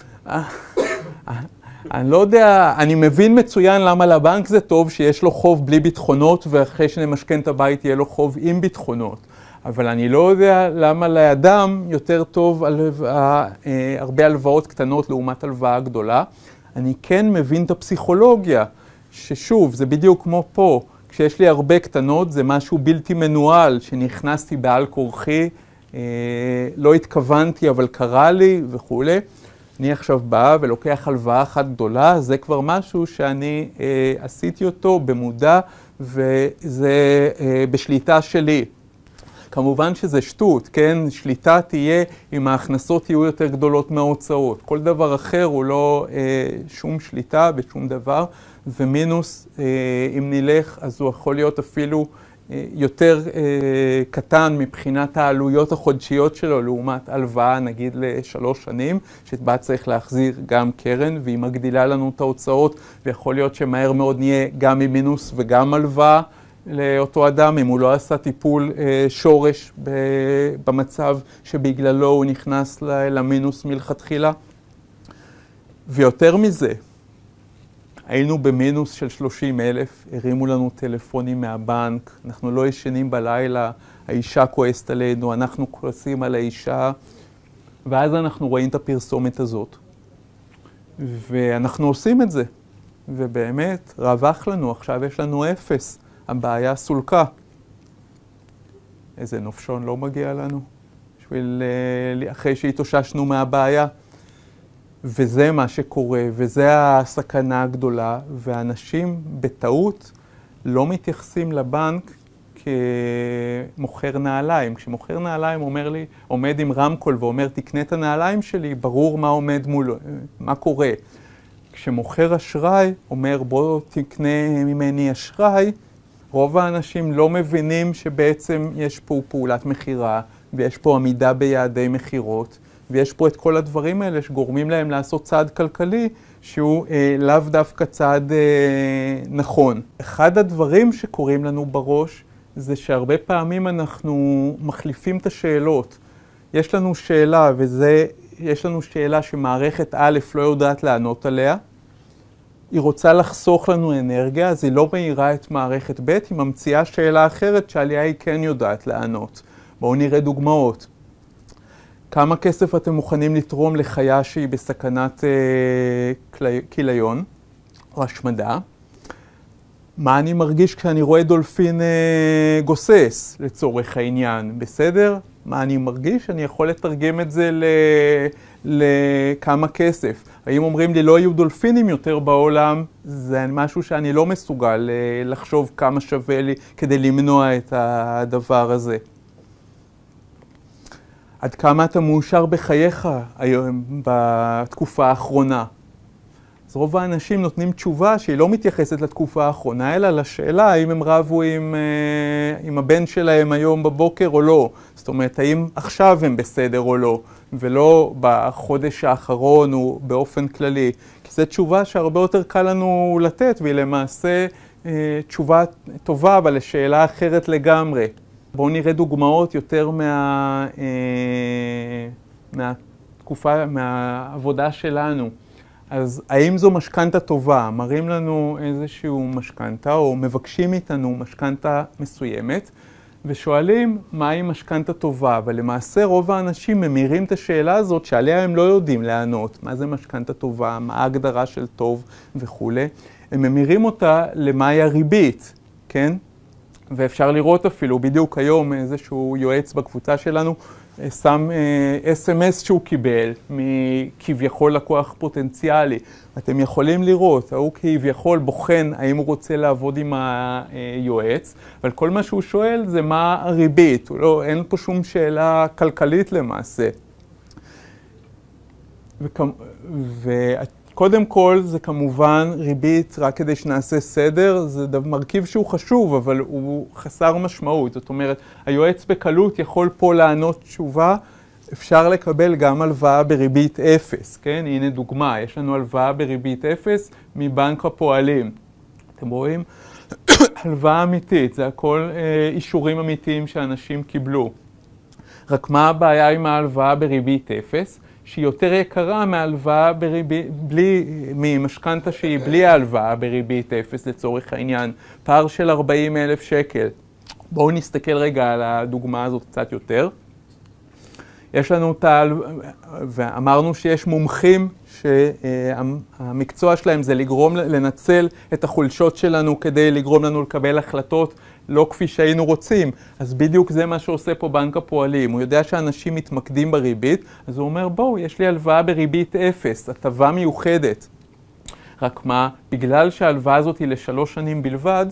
Speaker 1: אני לא יודע, אני מבין מצוין למה לבנק זה טוב שיש לו חוב בלי ביטחונות, ואחרי שנמשכן את הבית יהיה לו חוב עם ביטחונות. אבל אני לא יודע למה לאדם יותר טוב הרבה הלוואות קטנות לעומת הלוואה גדולה. אני כן מבין את הפסיכולוגיה, ששוב, זה בדיוק כמו פה, כשיש לי הרבה קטנות, זה משהו בלתי מנוהל, שנכנסתי בעל כורחי, לא התכוונתי, אבל קרה לי וכו'. אני עכשיו בא ולוקח הלוואה אחת גדולה, זה כבר משהו שאני עשיתי אותו במודע, וזה בשליטה שלי. כמובן שזה שטות, כן? שליטה תהיה אם ההכנסות יהיו יותר גדולות מההוצאות. כל דבר אחר הוא לא שום שליטה בשום דבר, ומינוס, אם נלך, אז הוא יכול להיות אפילו יותר קטן מבחינת העלויות החודשיות שלו, לעומת הלוואה, נגיד, ל3 שנים, שבה צריך להחזיר גם קרן, והיא מגדילה לנו את ההוצאות, ויכול להיות שמהר מאוד נהיה גם עם מינוס וגם הלוואה לאותו אדם, אם הוא לא עשה טיפול שורש במצב שבגללו הוא נכנס למינוס מלכתחילה. ויותר מזה, היינו במינוס של 30,000, הרימו לנו טלפונים מהבנק, אנחנו לא ישנים בלילה, האישה כועסת עלינו, אנחנו כועסים על האישה, ואז אנחנו רואים את הפרסומת הזאת. ואנחנו עושים את זה, ובאמת רווח לנו, עכשיו יש לנו 0, הבעיה סולקה. איזה נופשון לא מגיע לנו, אחרי שהתאוששנו מהבעיה. וזה מה שקורה, וזה הסכנה הגדולה, ואנשים בטעות לא מתייחסים לבנק כמוכר נעליים. כשמוכר נעליים אומר לי, עומד עם רמקול ואומר, תקנה את הנעליים שלי, ברור מה עומד מולו, מה קורה. כשמוכר אשראי אומר, בוא תקנה ממני אשראי, רוב האנשים לא מבינים שבעצם יש פה פעולת מחירה, ויש פה עמידה ביעדי מחירות, ויש פה את כל הדברים האלה שגורמים להם לעשות צעד כלכלי שהוא לאו דווקא צעד נכון. אחד הדברים שקורים לנו בראש זה שהרבה פעמים אנחנו מחליפים את השאלות. יש לנו שאלה, יש לנו שאלה שמערכת א' לא יודעת לענות עליה. היא רוצה לחסוך לנו אנרגיה, אז היא לא מאירה את מערכת ב', היא ממציאה שאלה אחרת שעליה היא כן יודעת לענות. בואו נראה דוגמאות. כמה כסף אתם מוכנים לתרום לחיה שהיא בסכנת כיליון או השמדה? מה אני מרגיש כשאני רואה דולפין גוסס לצורך העניין? בסדר? מה אני מרגיש, אני יכול לתרגם את זה לכמה כסף. האם אומרים לי לא יהיו דולפינים יותר בעולם, זה משהו שאני לא מסוגל לחשוב כמה שווה לי כדי למנוע את הדבר הזה. עד כמה אתה מאושר בחייך היום בתקופה האחרונה? אז רוב האנשים נותנים תשובה שהיא לא מתייחסת לתקופה האחרונה, אלא לשאלה האם הם רבו עם הבן שלהם היום בבוקר או לא. זאת אומרת, האם עכשיו הם בסדר או לא, ולא בחודש האחרון או באופן כללי. כי זו תשובה שהרבה יותר קל לנו לתת, והיא למעשה תשובה טובה, אבל לשאלה אחרת לגמרי. בואו נראה דוגמאות יותר מהעבודה שלנו. אז האם זו משכנתה טובה? מראים לנו איזשהו משכנתה, או מבקשים איתנו משכנתה מסוימת, ושואלים מהי משכנתה טובה, ולמעשה רוב האנשים ממירים את השאלה הזאת שעליה הם לא יודעים לענות. מה זה משכנתה טובה, מה ההגדרה של טוב וכו'. הם ממירים אותה למהי הריבית, כן? ואפשר לראות אפילו, בדיוק היום איזשהו יועץ בקבוצה שלנו, שם SMS שהוא קיבל מכביכול לקוח פוטנציאלי. אתם יכולים לראות, הוא כביכול בוחן האם הוא רוצה לעבוד עם היועץ, אבל כל מה שהוא שואל זה מה הריבית, אין פה שום שאלה כלכלית למעשה. קודם כל זה כמובן ריבית, רק כדי שנעשה סדר, זה מרכיב שהוא חשוב, אבל הוא חסר משמעות. זאת אומרת, היועץ בקלות יכול פה לענות תשובה, אפשר לקבל גם הלוואה בריבית 0, כן? הנה דוגמה, יש לנו הלוואה בריבית 0 מבנק הפועלים. אתם רואים? הלוואה אמיתית, זה הכל אישורים אמיתיים שאנשים קיבלו. רק מה הבעיה עם ההלוואה בריבית 0? שהיא יותר יקרה מהלוואה ממשכנתה שהיא בלי ההלוואה בריבית 0 לצורך העניין, פער של 40,000 שקל. בואו נסתכל רגע על הדוגמה הזאת קצת יותר. יש לנו ואמרנו שיש מומחים שהמקצוע שלהם זה לנצל את החולשות שלנו כדי לגרום לנו לקבל החלטות לא כפי שהיינו רוצים. אז בדיוק זה מה שעושה פה בנק הפועלים. הוא יודע שאנשים מתמקדים בריבית, אז הוא אומר, בואו, יש לי הלוואה בריבית 0, הטבה מיוחדת. רק מה, בגלל שההלוואה הזאת היא ל3 שנים בלבד,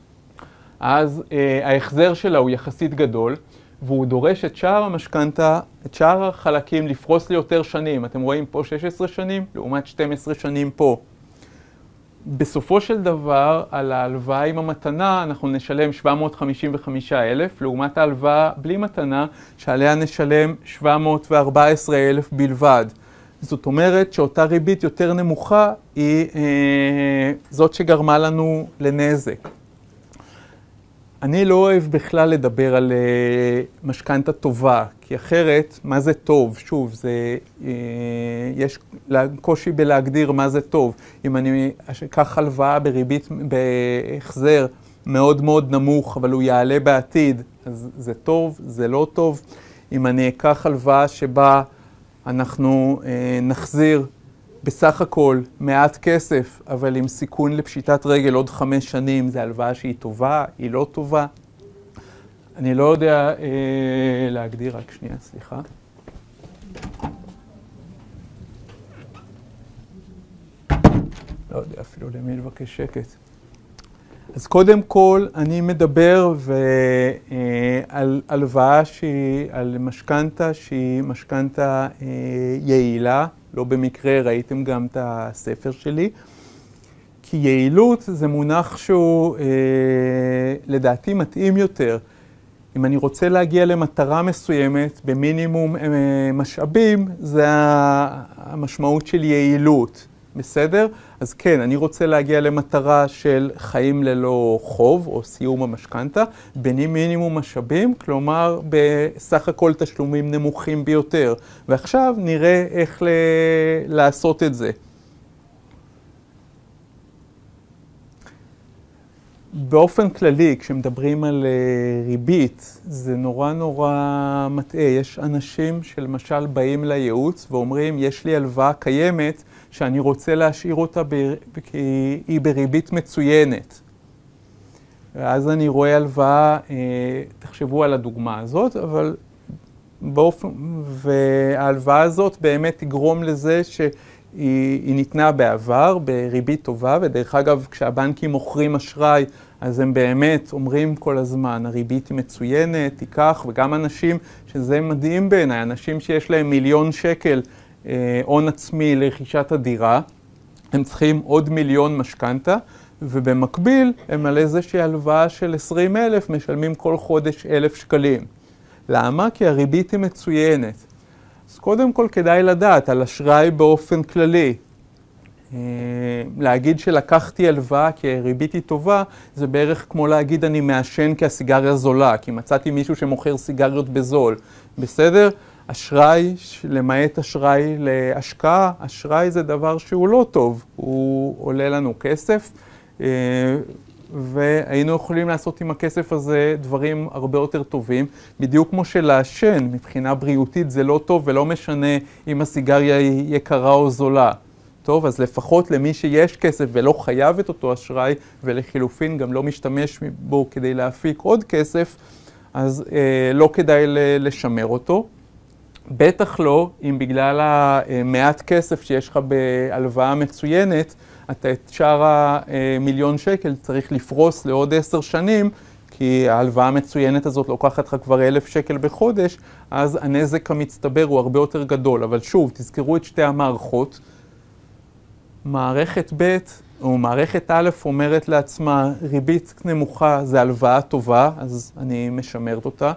Speaker 1: אז ההחזר שלה הוא יחסית גדול, והוא דורש את שאר המשכנתה, את שאר החלקים לפרוס ליותר שנים. אתם רואים פה 16 שנים, לעומת 12 שנים פה. בסופו של דבר, על ההלוואה עם המתנה, אנחנו נשלם 755,000, לעומת ההלוואה בלי מתנה, שעליה נשלם 714,000 בלבד. זאת אומרת שאותה ריבית יותר נמוכה היא זאת שגרמה לנו לנזק. אני לא אוהב בכלל לדבר על משכנתה טובה, כי אחרת, מה זה טוב? שוב, יש קושי בלהגדיר מה זה טוב. אם אני אקח הלוואה בריבית, בהחזר מאוד מאוד נמוך, אבל הוא יעלה בעתיד, אז זה טוב, זה לא טוב. אם אני אקח הלוואה שבה אנחנו נחזיר בסך הכל מעט כסף, אבל עם סיכון לפשיטת רגל עוד 5 שנים, זה הלוואה שהיא טובה, היא לא טובה. אני לא יודע להגדיר, רק שנייה, סליחה. לא יודע אפילו למי לבקש שקט. אז קודם כל אני מדבר על הלוואה שהיא, על משכנתה שהיא משכנתה יעילה. לא במקרה ראיתם גם את הספר שלי. כי יעילות זה מונח שהוא לדעתי מתאים יותר. אם אני רוצה להגיע למטרה מסוימת במינימום משאבים, זה המשמעות של יעילות. בסדר? אז כן, אני רוצה להגיע למטרה של חיים ללא חוב או סיום המשכנתה, במינימום משאבים, כלומר בסך הכל תשלומים נמוכים ביותר. ועכשיו נראה איך לעשות את זה. באופן כללי, כשמדברים על ריבית, זה נורא מטעה. יש אנשים שלמשל באים לייעוץ ואומרים, יש לי הלוואה קיימת שאני רוצה להשאיר אותה כי היא בריבית מצוינת. ואז אני רואה הלוואה, תחשבו על הדוגמה הזאת, אבל וההלוואה הזאת באמת תגרום לזה שהיא ניתנה בעבר בריבית טובה, ודרך אגב, כשהבנקים מוכרים אשראי, אז הם באמת אומרים כל הזמן, הריבית היא מצוינת, היא כך, וגם אנשים, שזה מדהים בעיניי, אנשים שיש להם 1,000,000 שקל הון עצמי לרכישת הדירה, הם צריכים עוד 1,000,000 משכנתה, ובמקביל הם על איזושהי הלוואה של 20,000 משלמים כל חודש 1,000 שקלים. למה? כי הריבית היא מצוינת. אז קודם כל כדאי לדעת על אשראי באופן כללי. להגיד שלקחתי הלוואה כי הריבית היא טובה, זה בערך כמו להגיד אני מעשן כי הסיגריה זולה, כי מצאתי מישהו שמוכר סיגריות בזול. בסדר? אשראי, למעט אשראי להשקעה, אשראי זה דבר שהוא לא טוב, הוא עולה לנו כסף, והיינו יכולים לעשות עם הכסף הזה דברים הרבה יותר טובים, בדיוק כמו שלעשן, מבחינה בריאותית זה לא טוב ולא משנה אם הסיגריה היא יקרה או זולה. טוב, אז לפחות למי שיש כסף ולא חייב את אותו אשראי, ולחילופין גם לא משתמש בו כדי להפיק עוד כסף, אז לא כדאי לשמר אותו. בטח לא, אם בגלל המעט כסף שיש לך בהלוואה מצוינת, אתה את שאר ה1,000,000 שקל צריך לפרוס לעוד 10 שנים, כי ההלוואה המצוינת הזאת לוקחת לך כבר 1,000 שקל בחודש, אז הנזק המצטבר הוא הרבה יותר גדול. אבל שוב, תזכרו את שתי המערכות. מערכת ב' או מערכת א' אומרת לעצמה, ריבית נמוכה זה הלוואה טובה, אז אני משמרת אותה.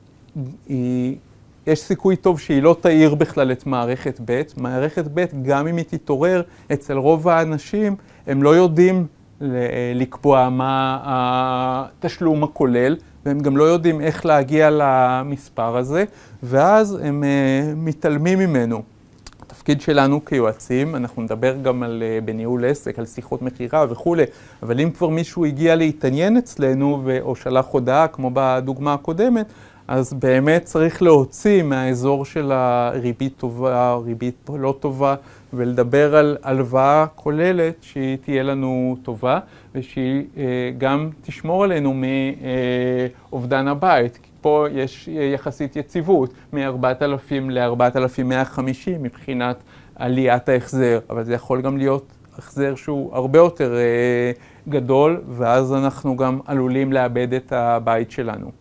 Speaker 1: יש סיכוי טוב שהיא לא תאיר בכלל את מערכת ב'. מערכת ב', גם אם היא תתעורר, אצל רוב האנשים, הם לא יודעים לקבוע מה התשלום הכולל, והם גם לא יודעים איך להגיע למספר הזה, ואז הם מתעלמים ממנו. התפקיד שלנו כיועצים, אנחנו נדבר גם על בניהול עסק, על שיחות מחירה וכו', אבל אם כבר מישהו הגיע להתעניין אצלנו, או שלח הודעה, כמו בדוגמה הקודמת, אז באמת צריך להוציא מהאזור של הריבית טובה, ריבית לא טובה, ולדבר על הלוואה כוללת שהיא תהיה לנו טובה, ושהיא גם תשמור עלינו מאובדן הבית. פה יש יחסית יציבות, מ-4,000 ל-4,150 מבחינת עליית ההחזר, אבל זה יכול גם להיות החזר שהוא הרבה יותר גדול, ואז אנחנו גם עלולים לאבד את הבית שלנו.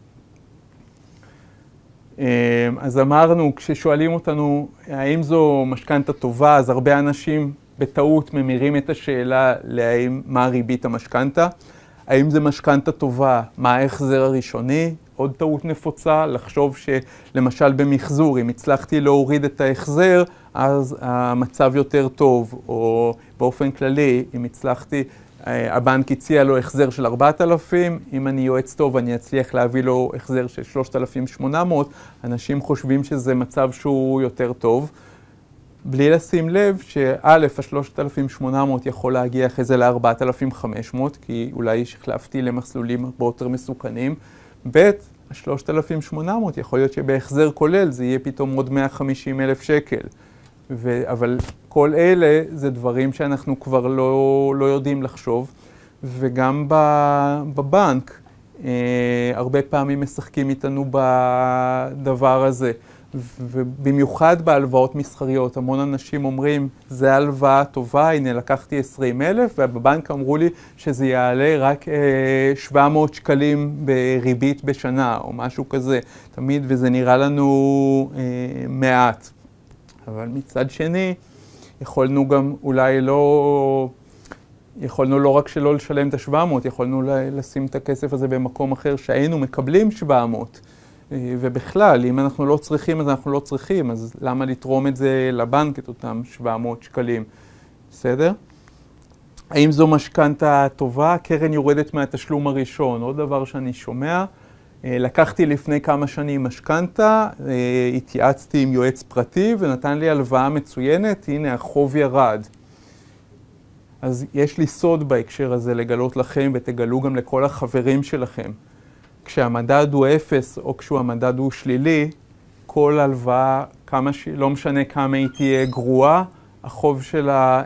Speaker 1: אז אמרנו, כששואלים אותנו האם זו משכנתה טובה, אז הרבה אנשים בטעות ממירים את השאלה מה ריבית המשכנתה. האם זה משכנתה טובה, מה ההחזר הראשוני? עוד טעות נפוצה, לחשוב שלמשל במחזור, אם הצלחתי להוריד את ההחזר, אז המצב יותר טוב, או באופן כללי, אם הצלחתי, הבנק הציע לו החזר של 4,000, אם אני יועץ טוב אני אצליח להביא לו החזר של 3,800, אנשים חושבים שזה מצב שהוא יותר טוב, בלי לשים לב שא', ה-3,800 יכול להגיע אחרי זה ל-4,500, כי אולי החלפתי למסלולים הרבה יותר מסוכנים, ב', ה-3,800 יכול להיות שבהחזר כולל זה יהיה פתאום עוד 150,000 שקל. אבל כל אלה זה דברים שאנחנו כבר לא יודעים לחשוב, וגם בבנק הרבה פעמים משחקים איתנו בדבר הזה, ובמיוחד בהלוואות מסחריות, המון אנשים אומרים, זה הלוואה טובה, הנה לקחתי 20,000, ובבנק אמרו לי שזה יעלה רק 700 שקלים בריבית בשנה, או משהו כזה, תמיד, וזה נראה לנו מעט. אבל מצד שני, יכולנו גם אולי יכולנו לא רק שלא לשלם את ה-700, יכולנו לשים את הכסף הזה במקום אחר שהיינו מקבלים 700. ובכלל, אם אנחנו לא צריכים, אז אנחנו לא צריכים, אז למה לתרום את זה לבנק, את אותם 700 שקלים? בסדר? האם זו משכנתה טובה? קרן יורדת מהתשלום הראשון. עוד דבר שאני שומע, לקחתי לפני כמה שנים משכנתה, התייעצתי עם יועץ פרטי ונתן לי הלוואה מצוינת, הנה החוב ירד. אז יש לי סוד בהקשר הזה לגלות לכם ותגלו גם לכל החברים שלכם. כשהמדד הוא 0 או כשהמדד הוא שלילי, כל הלוואה, לא משנה כמה היא תהיה גרועה, החוב שלה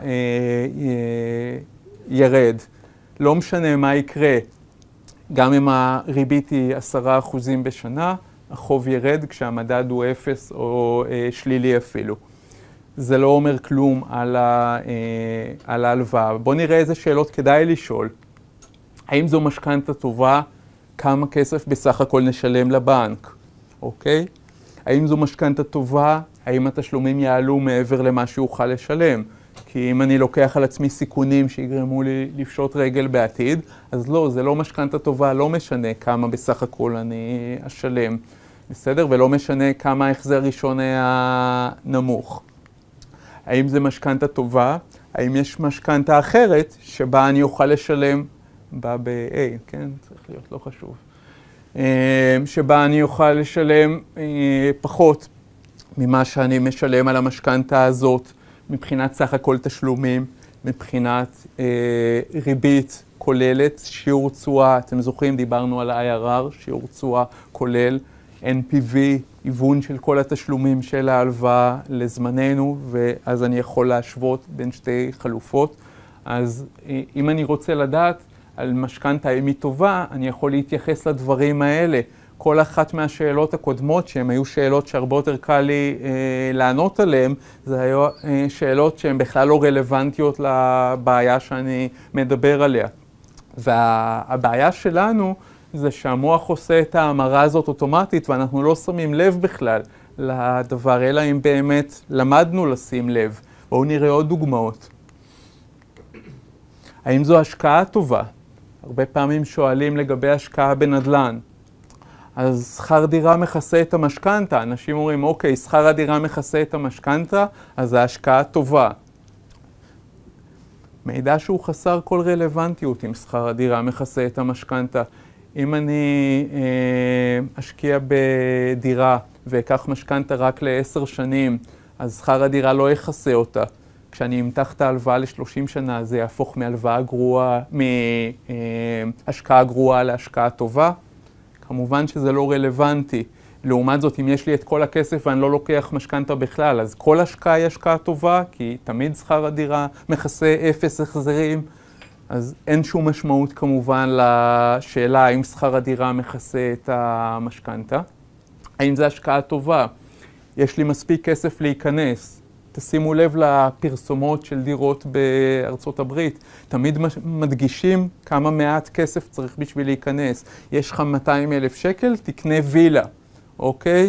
Speaker 1: ירד. לא משנה מה יקרה, גם אם הריבית היא 10% בשנה, החוב ירד כשהמדד הוא 0 או שלילי אפילו. זה לא אומר כלום על ההלוואה. בואו נראה איזה שאלות כדאי לשאול. האם זו משכנתא טובה? כמה כסף בסך הכל נשלם לבנק? אוקיי? האם זו משכנתא טובה? האם התשלומים יעלו מעבר למה שיוכל לשלם? כי אם אני לוקח על עצמי סיכונים שיגרמו לי לפשוט רגל בעתיד, אז לא, זה לא משכנתא טובה, לא משנה כמה בסך הכל אני אשלם. בסדר? ולא משנה כמה ההחזר ראשון היה נמוך. האם זה משכנתא טובה? האם יש משכנתא אחרת שבה אני אוכל לשלם, בה ב-A, כן? צריך להיות לא חשוב. שבה אני אוכל לשלם פחות ממה שאני משלם על המשכנתא הזאת, מבחינת סך הכל תשלומים, מבחינת ריבית כוללת, שיעור תשואה, אתם זוכרים, דיברנו על IRR, שיעור תשואה כולל, NPV, היוון של כל התשלומים של ההלוואה לזמננו, ואז אני יכול להשוות בין שתי חלופות. אז אם אני רוצה לדעת על משכנתא האם היא טובה, אני יכול להתייחס לדברים האלה. כל אחת מהשאלות הקודמות, שהן היו שאלות שהרבה יותר קל לי לענות עליהן, זה היו שאלות שהן בכלל לא רלוונטיות לבעיה שאני מדבר עליה. והבעיה שלנו זה שהמוח עושה את ההמרה הזאת אוטומטית, ואנחנו לא שמים לב בכלל לדבר, אלא אם באמת למדנו לשים לב. בואו נראה עוד דוגמאות. האם זו השקעה טובה? הרבה פעמים שואלים לגבי השקעה בנדל"ן. אז שכר דירה מכסה את המשכנתא. אנשים אומרים, אוקיי, שכר הדירה מכסה את המשכנתא, אז ההשקעה טובה. מידע שהוא חסר כל רלוונטיות אם שכר הדירה מכסה את המשכנתא. אם אני אשקיע בדירה ואקח משכנתא רק ל10 שנים, אז שכר הדירה לא יכסה אותה. כשאני אמתח את ההלוואה ל30 שנה, זה יהפוך מהלוואה גרועה, מהשקעה גרועה להשקעה טובה. כמובן שזה לא רלוונטי. לעומת זאת, אם יש לי את כל הכסף ואני לא לוקח משכנתא בכלל, אז כל השקעה היא השקעה טובה, כי תמיד שכר הדירה מכסה 0 החזרים. אז אין שום משמעות כמובן לשאלה האם שכר הדירה מכסה את המשכנתא. האם זו השקעה טובה? יש לי מספיק כסף להיכנס. תשימו לב לפרסומות של דירות בארצות הברית. תמיד מדגישים כמה מעט כסף צריך בשביל להיכנס. יש לך 200,000 שקל, תקנה וילה, אוקיי?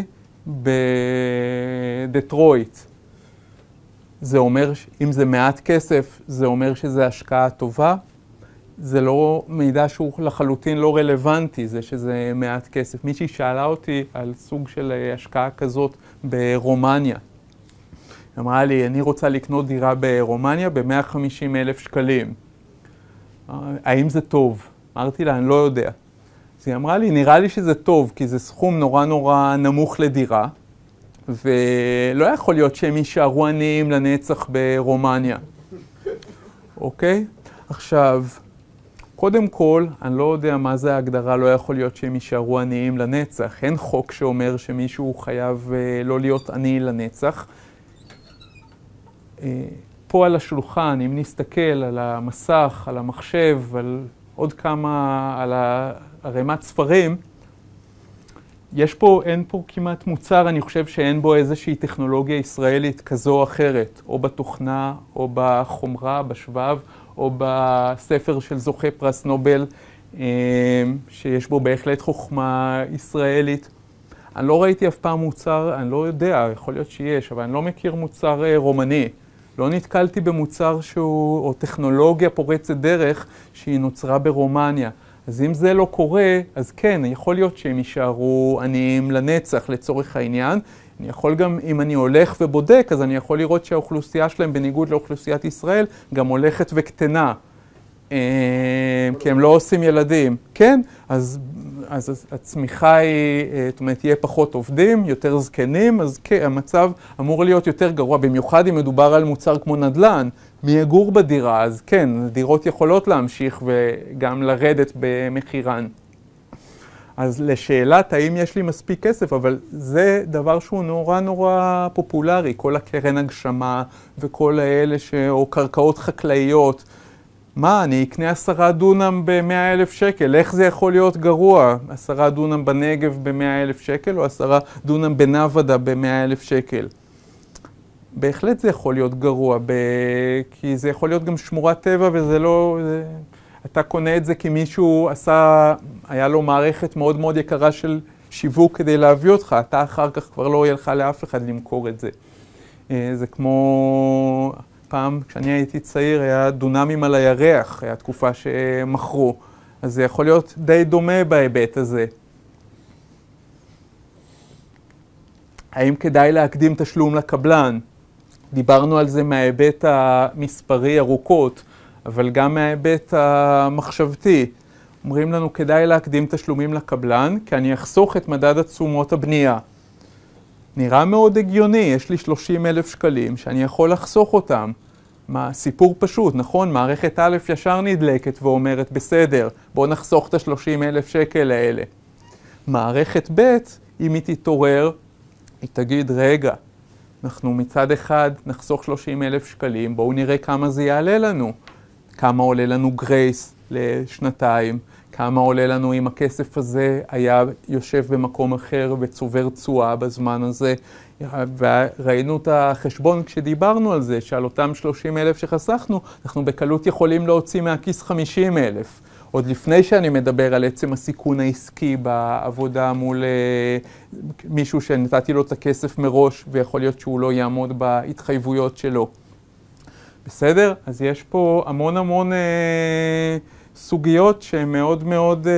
Speaker 1: בדטרויט. זה אומר, אם זה מעט כסף, זה אומר שזה השקעה טובה. זה לא מידע שהוא לחלוטין לא רלוונטי, זה שזה מעט כסף. מישהי שאלה אותי על סוג של השקעה כזאת ברומניה. אמרה לי, אני רוצה לקנות דירה ברומניה ב-150,000 שקלים. האם זה טוב? אמרתי לה, אני לא יודע. אז היא אמרה לי, נראה לי שזה טוב, כי זה סכום נורא נמוך לדירה, ולא יכול להיות שהם יישארו עניים לנצח ברומניה. אוקיי? עכשיו, קודם כל, אני לא יודע מה זה ההגדרה, לא יכול להיות שהם יישארו עניים לנצח. אין חוק שאומר שמישהו חייב לא להיות עני לנצח. פה על השולחן, אם נסתכל על המסך, על המחשב, על עוד כמה, על הרמת ספרים, אין פה כמעט מוצר, אני חושב שאין בו איזושהי טכנולוגיה ישראלית כזו או אחרת, או בתוכנה, או בחומרה, בשבב, או בספר של זוכה פרס נובל, שיש בו בהחלט חוכמה ישראלית. אני לא ראיתי אף פעם מוצר, אני לא יודע, יכול להיות שיש, אבל אני לא מכיר מוצר רומני. לא נתקלתי במוצר שהוא, או טכנולוגיה פורצת דרך שהיא נוצרה ברומניה. אז אם זה לא קורה, אז כן, יכול להיות שהם יישארו עניים לנצח לצורך העניין. אני יכול גם, אם אני הולך ובודק, אז אני יכול לראות שהאוכלוסייה שלהם, בניגוד לאוכלוסיית ישראל, גם הולכת וקטנה. כי הם לא עושים ילדים. כן, אז הצמיחה היא, זאת אומרת, יהיה פחות עובדים, יותר זקנים, אז כן, המצב אמור להיות יותר גרוע, במיוחד אם מדובר על מוצר כמו נדל"ן, מי יגור בדירה, אז כן, דירות יכולות להמשיך וגם לרדת במחירן. אז לשאלת האם יש לי מספיק כסף, אבל זה דבר שהוא נורא פופולרי, כל הקרן הגשמה וכל האלה או קרקעות חקלאיות, מה, אני אקנה 10 דונם ב-100,000 שקל, איך זה יכול להיות גרוע? 10 דונם בנגב ב-100,000 שקל או 10 דונם בנבדה ב-100,000 שקל? בהחלט זה יכול להיות גרוע, כי זה יכול להיות גם שמורת טבע וזה לא... אתה קונה את זה כי מישהו היה לו מערכת מאוד מאוד יקרה של שיווק כדי להביא אותך, אתה אחר כך כבר לא יהיה לך לאף אחד למכור את זה. זה כמו... פעם, כשאני הייתי צעיר, היה דונמים על הירח, היה תקופה שמכרו. אז זה יכול להיות די דומה בהיבט הזה. האם כדאי להקדים תשלום לקבלן? דיברנו על זה מההיבט המספרי ארוכות, אבל גם מההיבט המחשבתי. אומרים לנו כדאי להקדים תשלומים לקבלן, כי אני אחסוך את מדד התשומות הבנייה. נראה מאוד הגיוני, יש לי 30,000 שקלים שאני יכול לחסוך אותם. סיפור פשוט, נכון? מערכת א' ישר נדלקת ואומרת, בסדר, בוא נחסוך את ה-30,000 שקל האלה. מערכת ב', אם היא תתעורר, היא תגיד, רגע, אנחנו מצד אחד נחסוך 30,000 שקלים, בואו נראה כמה זה יעלה לנו. כמה עולה לנו גרייס לשנתיים, כמה עולה לנו אם הכסף הזה היה יושב במקום אחר וצובר תשואה בזמן הזה. וראינו את החשבון כשדיברנו על זה, שעל אותם 30,000 שחסכנו, אנחנו בקלות יכולים להוציא מהכיס 50,000. עוד לפני שאני מדבר על עצם הסיכון העסקי בעבודה מול מישהו שנתתי לו את הכסף מראש, ויכול להיות שהוא לא יעמוד בהתחייבויות שלו. בסדר? אז יש פה המון סוגיות שהן מאוד מאוד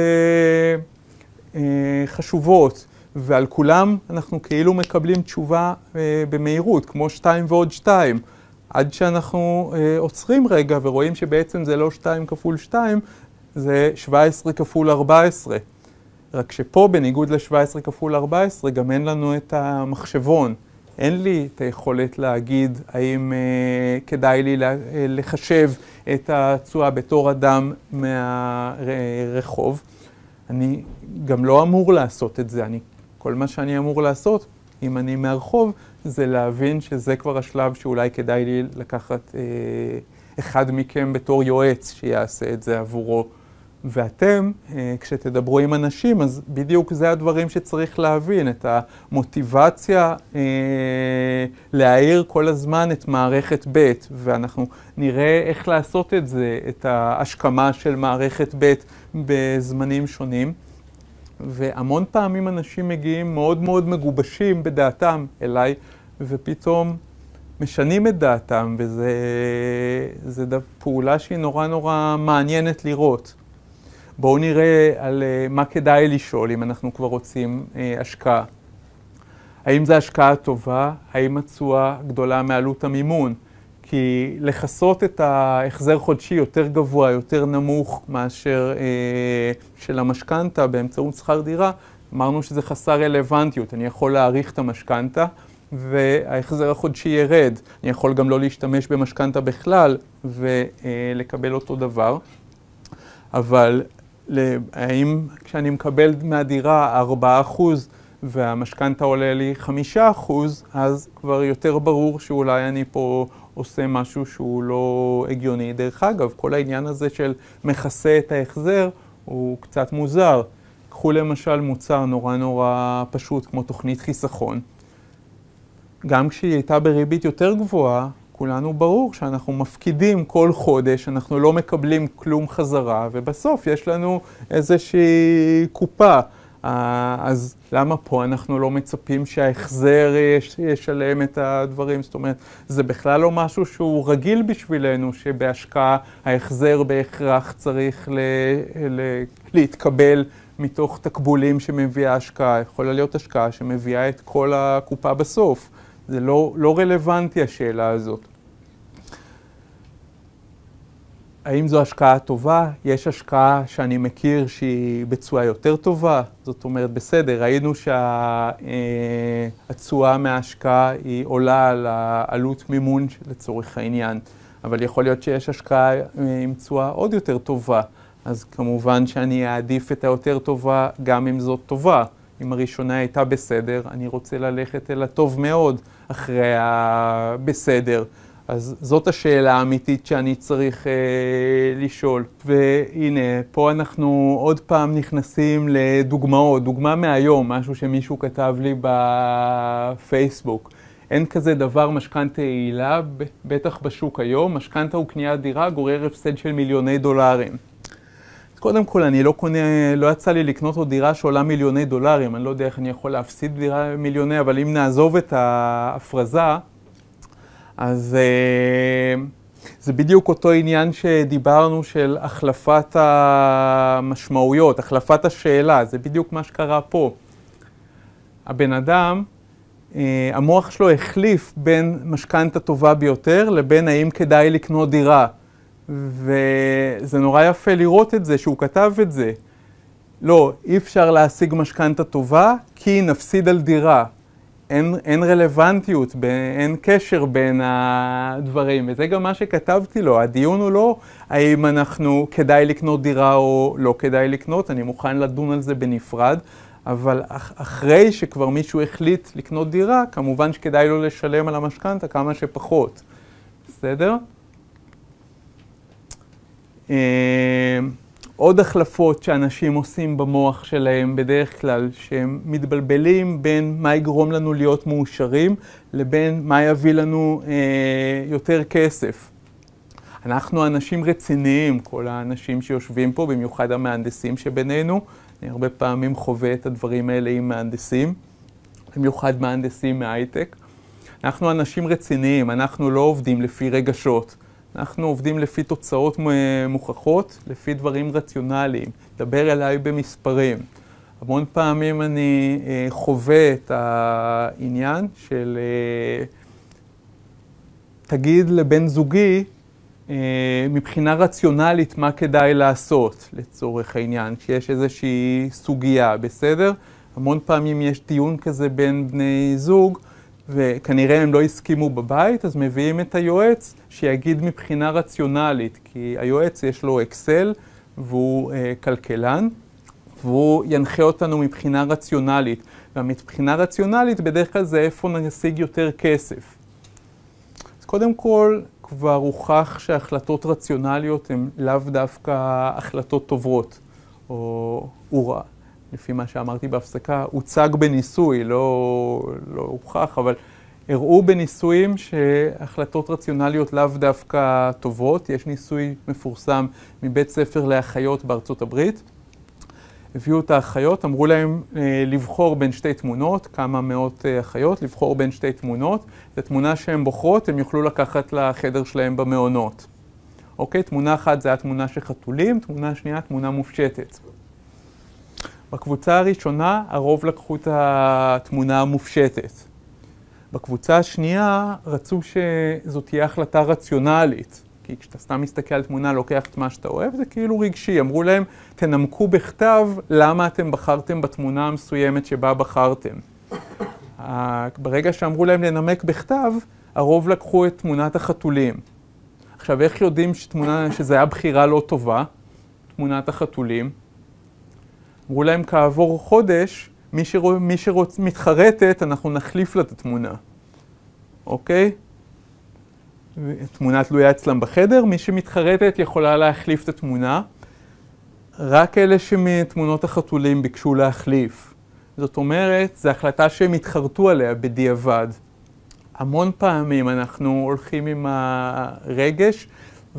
Speaker 1: חשובות, ועל כולם אנחנו כאילו מקבלים תשובה במהירות, כמו 2 ועוד 2. עד שאנחנו עוצרים רגע ורואים שבעצם זה לא 2 כפול 2, זה 17 כפול 14. רק שפה בניגוד ל-17 כפול 14 גם אין לנו את המחשבון. אין לי את היכולת להגיד האם כדאי לי לחשב את התשואה בתור אדם מהרחוב. אני גם לא אמור לעשות את זה. כל מה שאני אמור לעשות, אם אני מהרחוב, זה להבין שזה כבר השלב שאולי כדאי לי לקחת אחד מכם בתור יועץ שיעשה את זה עבורו. ואתם, כשתדברו עם אנשים, אז בדיוק זה הדברים שצריך להבין, את המוטיבציה להעיר כל הזמן את מערכת ב', ואנחנו נראה איך לעשות את זה, את ההשכמה של מערכת ב' בזמנים שונים. והמון פעמים אנשים מגיעים מאוד מאוד מגובשים בדעתם אליי, ופתאום משנים את דעתם, וזו פעולה שהיא נורא מעניינת לראות. בואו נראה על מה כדאי לשאול אם אנחנו כבר רוצים השקעה. האם זו השקעה טובה? האם התשואה גדולה מעלות המימון? כי לחסות את ההחזר חודשי יותר גבוה, יותר נמוך מאשר של המשכנתה באמצעות שכר דירה, אמרנו שזה חסר רלוונטיות. אני יכול להאריך את המשכנתה וההחזר החודשי ירד. אני יכול גם לא להשתמש במשכנתה בכלל ולקבל אותו דבר. אבל האם כשאני מקבל מהדירה 4% והמשכנתה עולה לי 5%, אז כבר יותר ברור שאולי אני פה עושה משהו שהוא לא הגיוני. דרך אגב, כל העניין הזה של מכסה את ההחזר הוא קצת מוזר. קחו למשל מוצר נורא פשוט כמו תוכנית חיסכון. גם כשהיא הייתה בריבית יותר גבוהה, כולנו ברור שאנחנו מפקידים כל חודש, אנחנו לא מקבלים כלום חזרה, ובסוף יש לנו איזושהי קופה. אז למה פה אנחנו לא מצפים שההחזר ישלם את הדברים? זאת אומרת, זה בכלל לא משהו שהוא רגיל בשבילנו, שבהשקעה ההחזר בהכרח צריך להתקבל מתוך תקבולים שמביאה השקעה. יכולה להיות השקעה שמביאה את כל הקופה בסוף. זה לא רלוונטי השאלה הזאת. האם זו השקעה טובה? יש השקעה שאני מכיר שהיא בתשואה יותר טובה. זאת אומרת, בסדר, ראינו שהתשואה מההשקעה היא עולה על העלות מימון לצורך העניין. אבל יכול להיות שיש השקעה עם תשואה עוד יותר טובה. אז כמובן שאני אעדיף את היותר טובה גם אם זאת טובה. אם הראשונה הייתה בסדר, אני רוצה ללכת אל הטוב מאוד אחרי הבסדר. אז זאת השאלה האמיתית שאני צריך לשאול. והנה, פה אנחנו עוד פעם נכנסים לדוגמאות. דוגמה מהיום, משהו שמישהו כתב לי בפייסבוק. אין כזה דבר משכנתה יעילה, בטח בשוק היום. משכנתה הוא קניית דירה, גורר הפסד של מיליוני דולרים. קודם כל, לא יצא לי לקנות עוד דירה שעולה מיליוני דולרים. אני לא יודע איך אני יכול להפסיד דירה מיליוני, אבל אם נעזוב את ההפרזה, אז זה בדיוק אותו עניין שדיברנו של החלפת המשמעויות, החלפת השאלה. זה בדיוק מה שקרה פה. הבן אדם, המוח שלו החליף בין משכנתה טובה ביותר לבין האם כדאי לקנות דירה. וזה נורא יפה לראות את זה, שהוא כתב את זה. לא, אי אפשר להשיג משכנתה טובה כי נפסיד על דירה. אין רלוונטיות, אין קשר בין הדברים. וזה גם מה שכתבתי לו. הדיון הוא לא האם כדאי לקנות דירה או לא כדאי לקנות. אני מוכן לדון על זה בנפרד. אבל אחרי שכבר מישהו החליט לקנות דירה, כמובן שכדאי לו לשלם על המשכנתה כמה שפחות. בסדר? עוד החלפות שאנשים עושים במוח שלהם בדרך כלל, שהם מתבלבלים בין מה יגרום לנו להיות מאושרים, לבין מה יביא לנו יותר כסף. אנחנו אנשים רציניים, כל האנשים שיושבים פה, במיוחד המהנדסים שבינינו. אני הרבה פעמים חווה את הדברים האלה עם מהנדסים, במיוחד מהנדסים מההייטק. אנחנו אנשים רציניים, אנחנו לא עובדים לפי רגשות. אנחנו עובדים לפי תוצאות מוכחות, לפי דברים רציונליים. דבר אליי במספרים. המון פעמים אני חווה את העניין של תגיד לבן זוגי, מבחינה רציונלית מה כדאי לעשות לצורך העניין, שיש איזושהי סוגיה, בסדר? המון פעמים יש דיון כזה בין בני זוג, וכנראה הם לא הסכימו בבית, אז מביאים את היועץ שיגיד מבחינה רציונלית, כי היועץ יש לו אקסל והוא כלכלן, והוא ינחה אותנו מבחינה רציונלית. ומבחינה רציונלית בדרך כלל זה איפה נשיג יותר כסף. אז קודם כל, כבר הוכח שהחלטות רציונליות הן לאו דווקא החלטות טובות, או אורה. לפי מה שאמרתי בהפסקה, הוצג בניסוי, לא הוכח, אבל הראו בניסויים שהחלטות רציונליות לאו דווקא טובות. יש ניסוי מפורסם מבית ספר לאחיות בארצות הברית. הביאו את האחיות, אמרו להם לבחור בין שתי תמונות, כמה מאות אחיות, לבחור בין שתי תמונות. את התמונה שהן בוחרות, הם יוכלו לקחת לחדר שלהם במעונות. אוקיי, תמונה אחת זה התמונה של חתולים, תמונה שנייה, תמונה מופשטת. בקבוצה הראשונה, הרוב לקחו את התמונה המופשטת. בקבוצה השנייה, רצו שזאת תהיה החלטה רציונלית. כי כשאתה סתם מסתכל על תמונה, לוקח את מה שאתה אוהב, זה כאילו רגשי. אמרו להם, תנמקו בכתב למה אתם בחרתם בתמונה המסוימת שבה בחרתם. ברגע שאמרו להם לנמק בכתב, הרוב לקחו את תמונת החתולים. עכשיו, איך יודעים שזה היה בחירה לא טובה, תמונת החתולים? אמרו להם, כעבור חודש, מי שמתחרטת, אנחנו נחליף לה את התמונה. אוקיי? תמונה תלויה אצלם בחדר, מי שמתחרטת יכולה להחליף את התמונה. רק אלה שמתמונות החתולים ביקשו להחליף. זאת אומרת, זו החלטה שהם התחרטו עליה בדיעבד. המון פעמים אנחנו הולכים עם הרגש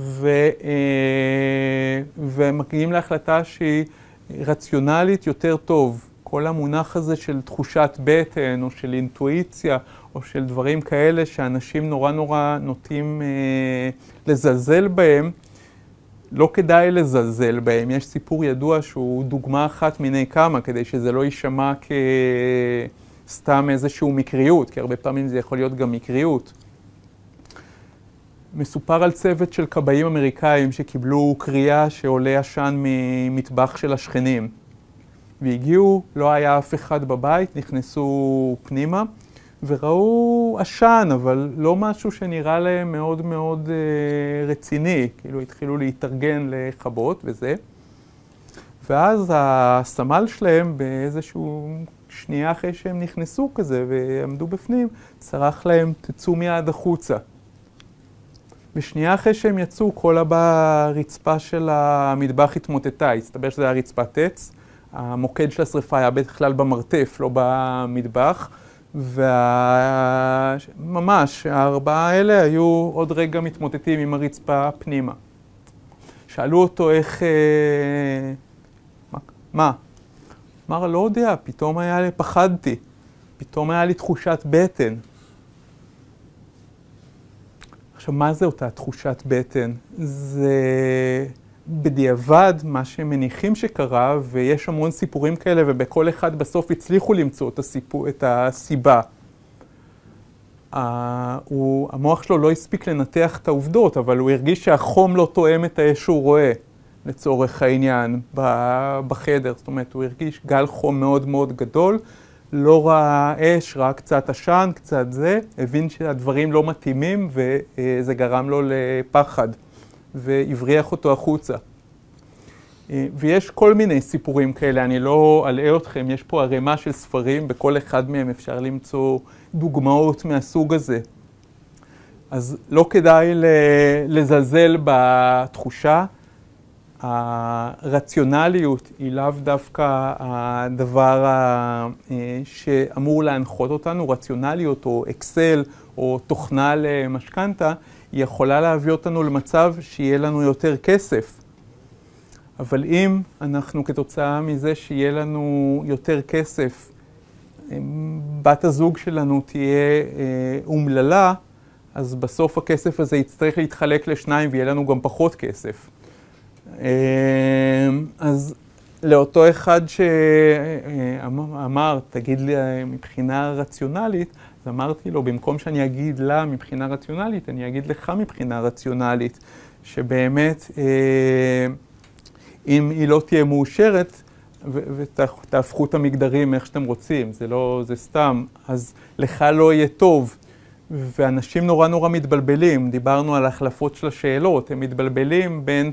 Speaker 1: ומגיעים להחלטה שהיא רציונלית יותר טוב. כל המונח הזה של תחושת בטן או של אינטואיציה או של דברים כאלה שאנשים נורא נוטים לזלזל בהם, לא כדאי לזלזל בהם. יש סיפור ידוע שהוא דוגמה אחת מיני כמה, כדי שזה לא יישמע כסתם איזשהו מקריות, כי הרבה פעמים זה יכול להיות גם מקריות. מסופר על צוות של כבאים אמריקאים שקיבלו קריאה שעולה עשן ממטבח של השכנים. והגיעו, לא היה אף אחד בבית, נכנסו פנימה וראו עשן, אבל לא משהו שנראה להם מאוד מאוד רציני. כאילו התחילו להתארגן לכבות וזה. ואז הסמל שלהם באיזשהו שנייה אחרי שהם נכנסו כזה ועמדו בפנים, צרח להם, תצאו מיד החוצה. בשנייה אחרי שהם יצאו, כל הרצפה של המטבח התמוטטה, הסתבר שזה היה רצפת עץ. המוקד של השריפה היה בכלל במרתף, לא במטבח. וממש, הארבעה האלה היו עוד רגע מתמוטטים עם הרצפה פנימה. שאלו אותו איך... מה? אמר, לא יודע, פתאום פחדתי. פתאום היה לי תחושת בטן. עכשיו, מה זה אותה תחושת בטן? זה בדיעבד מה שמניחים שקרה, ויש המון סיפורים כאלה, ובכל אחד בסוף הצליחו למצוא את הסיבה. המוח שלו לא הספיק לנתח את העובדות, אבל הוא הרגיש שהחום לא תואם את האש שהוא רואה, לצורך העניין, בחדר. זאת אומרת, הוא הרגיש גל חום מאוד מאוד גדול, לא ראה אש, ראה קצת עשן, קצת זה, הבין שהדברים לא מתאימים, וזה גרם לו לפחד, והבריח אותו החוצה. ויש כל מיני סיפורים כאלה, אני לא אלאה אתכם, יש פה ערימה של ספרים, בכל אחד מהם אפשר למצוא דוגמאות מהסוג הזה. אז לא כדאי לזלזל בתחושה. הרציונליות היא לאו דווקא הדבר שאמור להנחות אותנו, רציונליות או אקסל או תוכנה למשכנתה, היא יכולה להביא אותנו למצב שיהיה לנו יותר כסף. אבל אם אנחנו כתוצאה מזה שיהיה לנו יותר כסף, בת הזוג שלנו תהיה אומללה, אז בסוף הכסף הזה יצטרך להתחלק לשניים ויהיה לנו גם פחות כסף. אז לאותו אחד שאמר, תגיד לי מבחינה רציונלית, אז אמרתי לו, במקום שאני אגיד לה מבחינה רציונלית, אני אגיד לך מבחינה רציונלית, שבאמת אם היא לא תהיה מאושרת, ותהפכו את המגדרים איך שאתם רוצים, זה סתם, אז לך לא יהיה טוב. ואנשים נורא מתבלבלים, דיברנו על החלפות של השאלות, הם מתבלבלים בין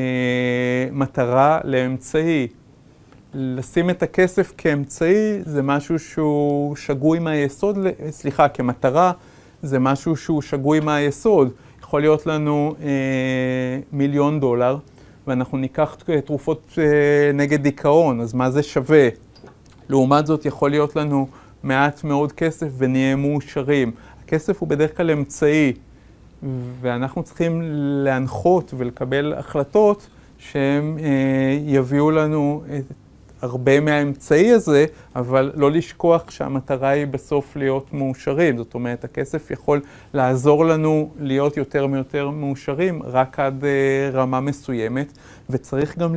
Speaker 1: מטרה לאמצעי. לשים את הכסף כאמצעי זה משהו שהוא שגוי מהיסוד, כמטרה זה משהו שהוא שגוי מהיסוד. יכול להיות לנו $1,000,000 ואנחנו ניקח תרופות נגד דיכאון, אז מה זה שווה? לעומת זאת יכול להיות לנו מעט מאוד כסף ונהיה מאושרים. הכסף הוא בדרך כלל אמצעי, ואנחנו צריכים להנחות ולקבל החלטות שהם יביאו לנו הרבה מהאמצעי הזה, אבל לא לשכוח שהמטרה היא בסוף להיות מאושרים. זאת אומרת, הכסף יכול לעזור לנו להיות יותר ויותר מאושרים רק עד רמה מסוימת, וצריך גם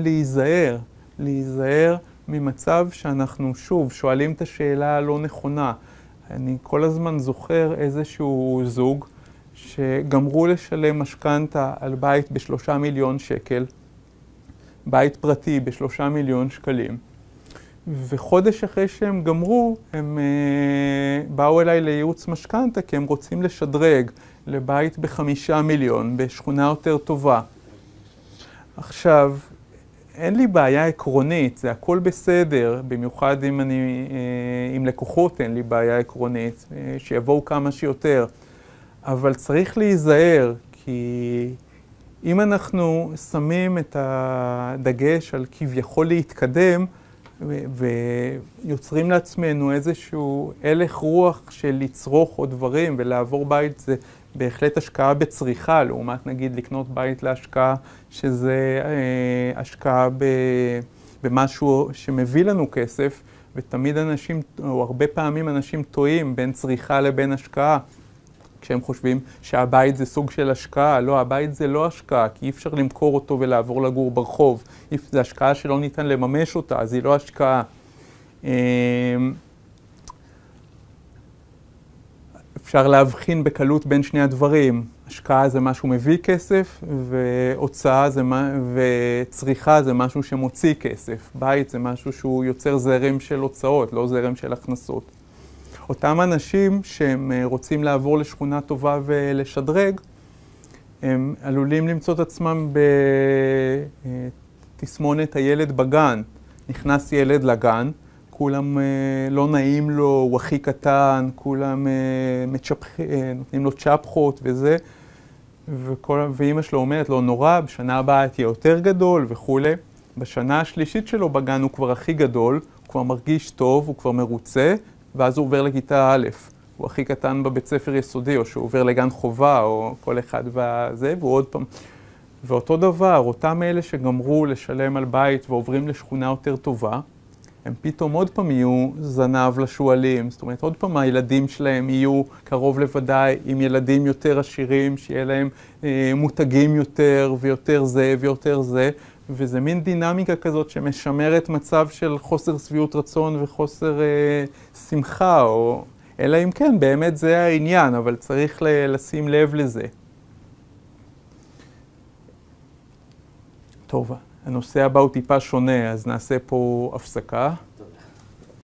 Speaker 1: להיזהר ממצב שאנחנו שוב שואלים את השאלה הלא נכונה. אני כל הזמן זוכר איזשהו זוג שגמרו לשלם משכנתה על בית ב3 מיליון שקל, בית פרטי ב3 מיליון שקלים, וחודש אחרי שהם גמרו, הם באו אליי לייעוץ משכנתה כי הם רוצים לשדרג לבית ב5 מיליון, בשכונה יותר טובה. עכשיו, אין לי בעיה עקרונית, זה הכל בסדר, במיוחד אם עם לקוחות אין לי בעיה עקרונית, שיבואו כמה שיותר. אבל צריך להיזהר, כי אם אנחנו שמים את הדגש על כביכול להתקדם, ויוצרים לעצמנו איזשהו הלך רוח של לצרוך עוד דברים ולעבור בית, זה בהחלט השקעה בצריכה, לעומת נגיד לקנות בית להשקעה, שזה השקעה במשהו שמביא לנו כסף, ותמיד אנשים, או הרבה פעמים אנשים טועים בין צריכה לבין השקעה, כשהם חושבים שהבית זה סוג של השקעה. לא, הבית זה לא השקעה, כי אי אפשר למכור אותו ולעבור לגור ברחוב. זה השקעה שלא ניתן לממש אותה, אז היא לא השקעה. אפשר להבחין בקלות בין שני הדברים. השקעה זה משהו מביא כסף, וצריכה זה משהו שמוציא כסף. בית זה משהו שהוא יוצר זרם של הוצאות, לא זרם של הכנסות. אותם אנשים שהם רוצים לעבור לשכונה טובה ולשדרג, הם עלולים למצוא את עצמם בתסמונת הילד בגן. נכנס ילד לגן, כולם לא נעים לו, הוא הכי קטן, כולם נותנים לו צ'פחות וזה, ואמא שלו אומרת לו, נורא, בשנה הבאה תהיה יותר גדול וכולי. בשנה השלישית שלו בגן הוא כבר הכי גדול, הוא כבר מרגיש טוב, הוא כבר מרוצה, ואז הוא עובר לכיתה א'. הוא הכי קטן בבית ספר יסודי, או שהוא עובר לגן חובה, או כל אחד וזה, והוא עוד פעם. ואותו דבר, אותם אלה שגמרו לשלם על בית ועוברים לשכונה יותר טובה, הם פתאום עוד פעם יהיו זנב לשואלים. זאת אומרת, עוד פעם הילדים שלהם יהיו קרוב לוודאי עם ילדים יותר עשירים, שיהיה להם מותגים יותר ויותר זה ויותר זה. וזה מין דינמיקה כזאת שמשמרת מצב של חוסר שביעות רצון וחוסר שמחה, או אלא אם כן, באמת זה העניין, אבל צריך לשים לב לזה. טוב, הנושא הבא הוא טיפה שונה, אז נעשה פה הפסקה.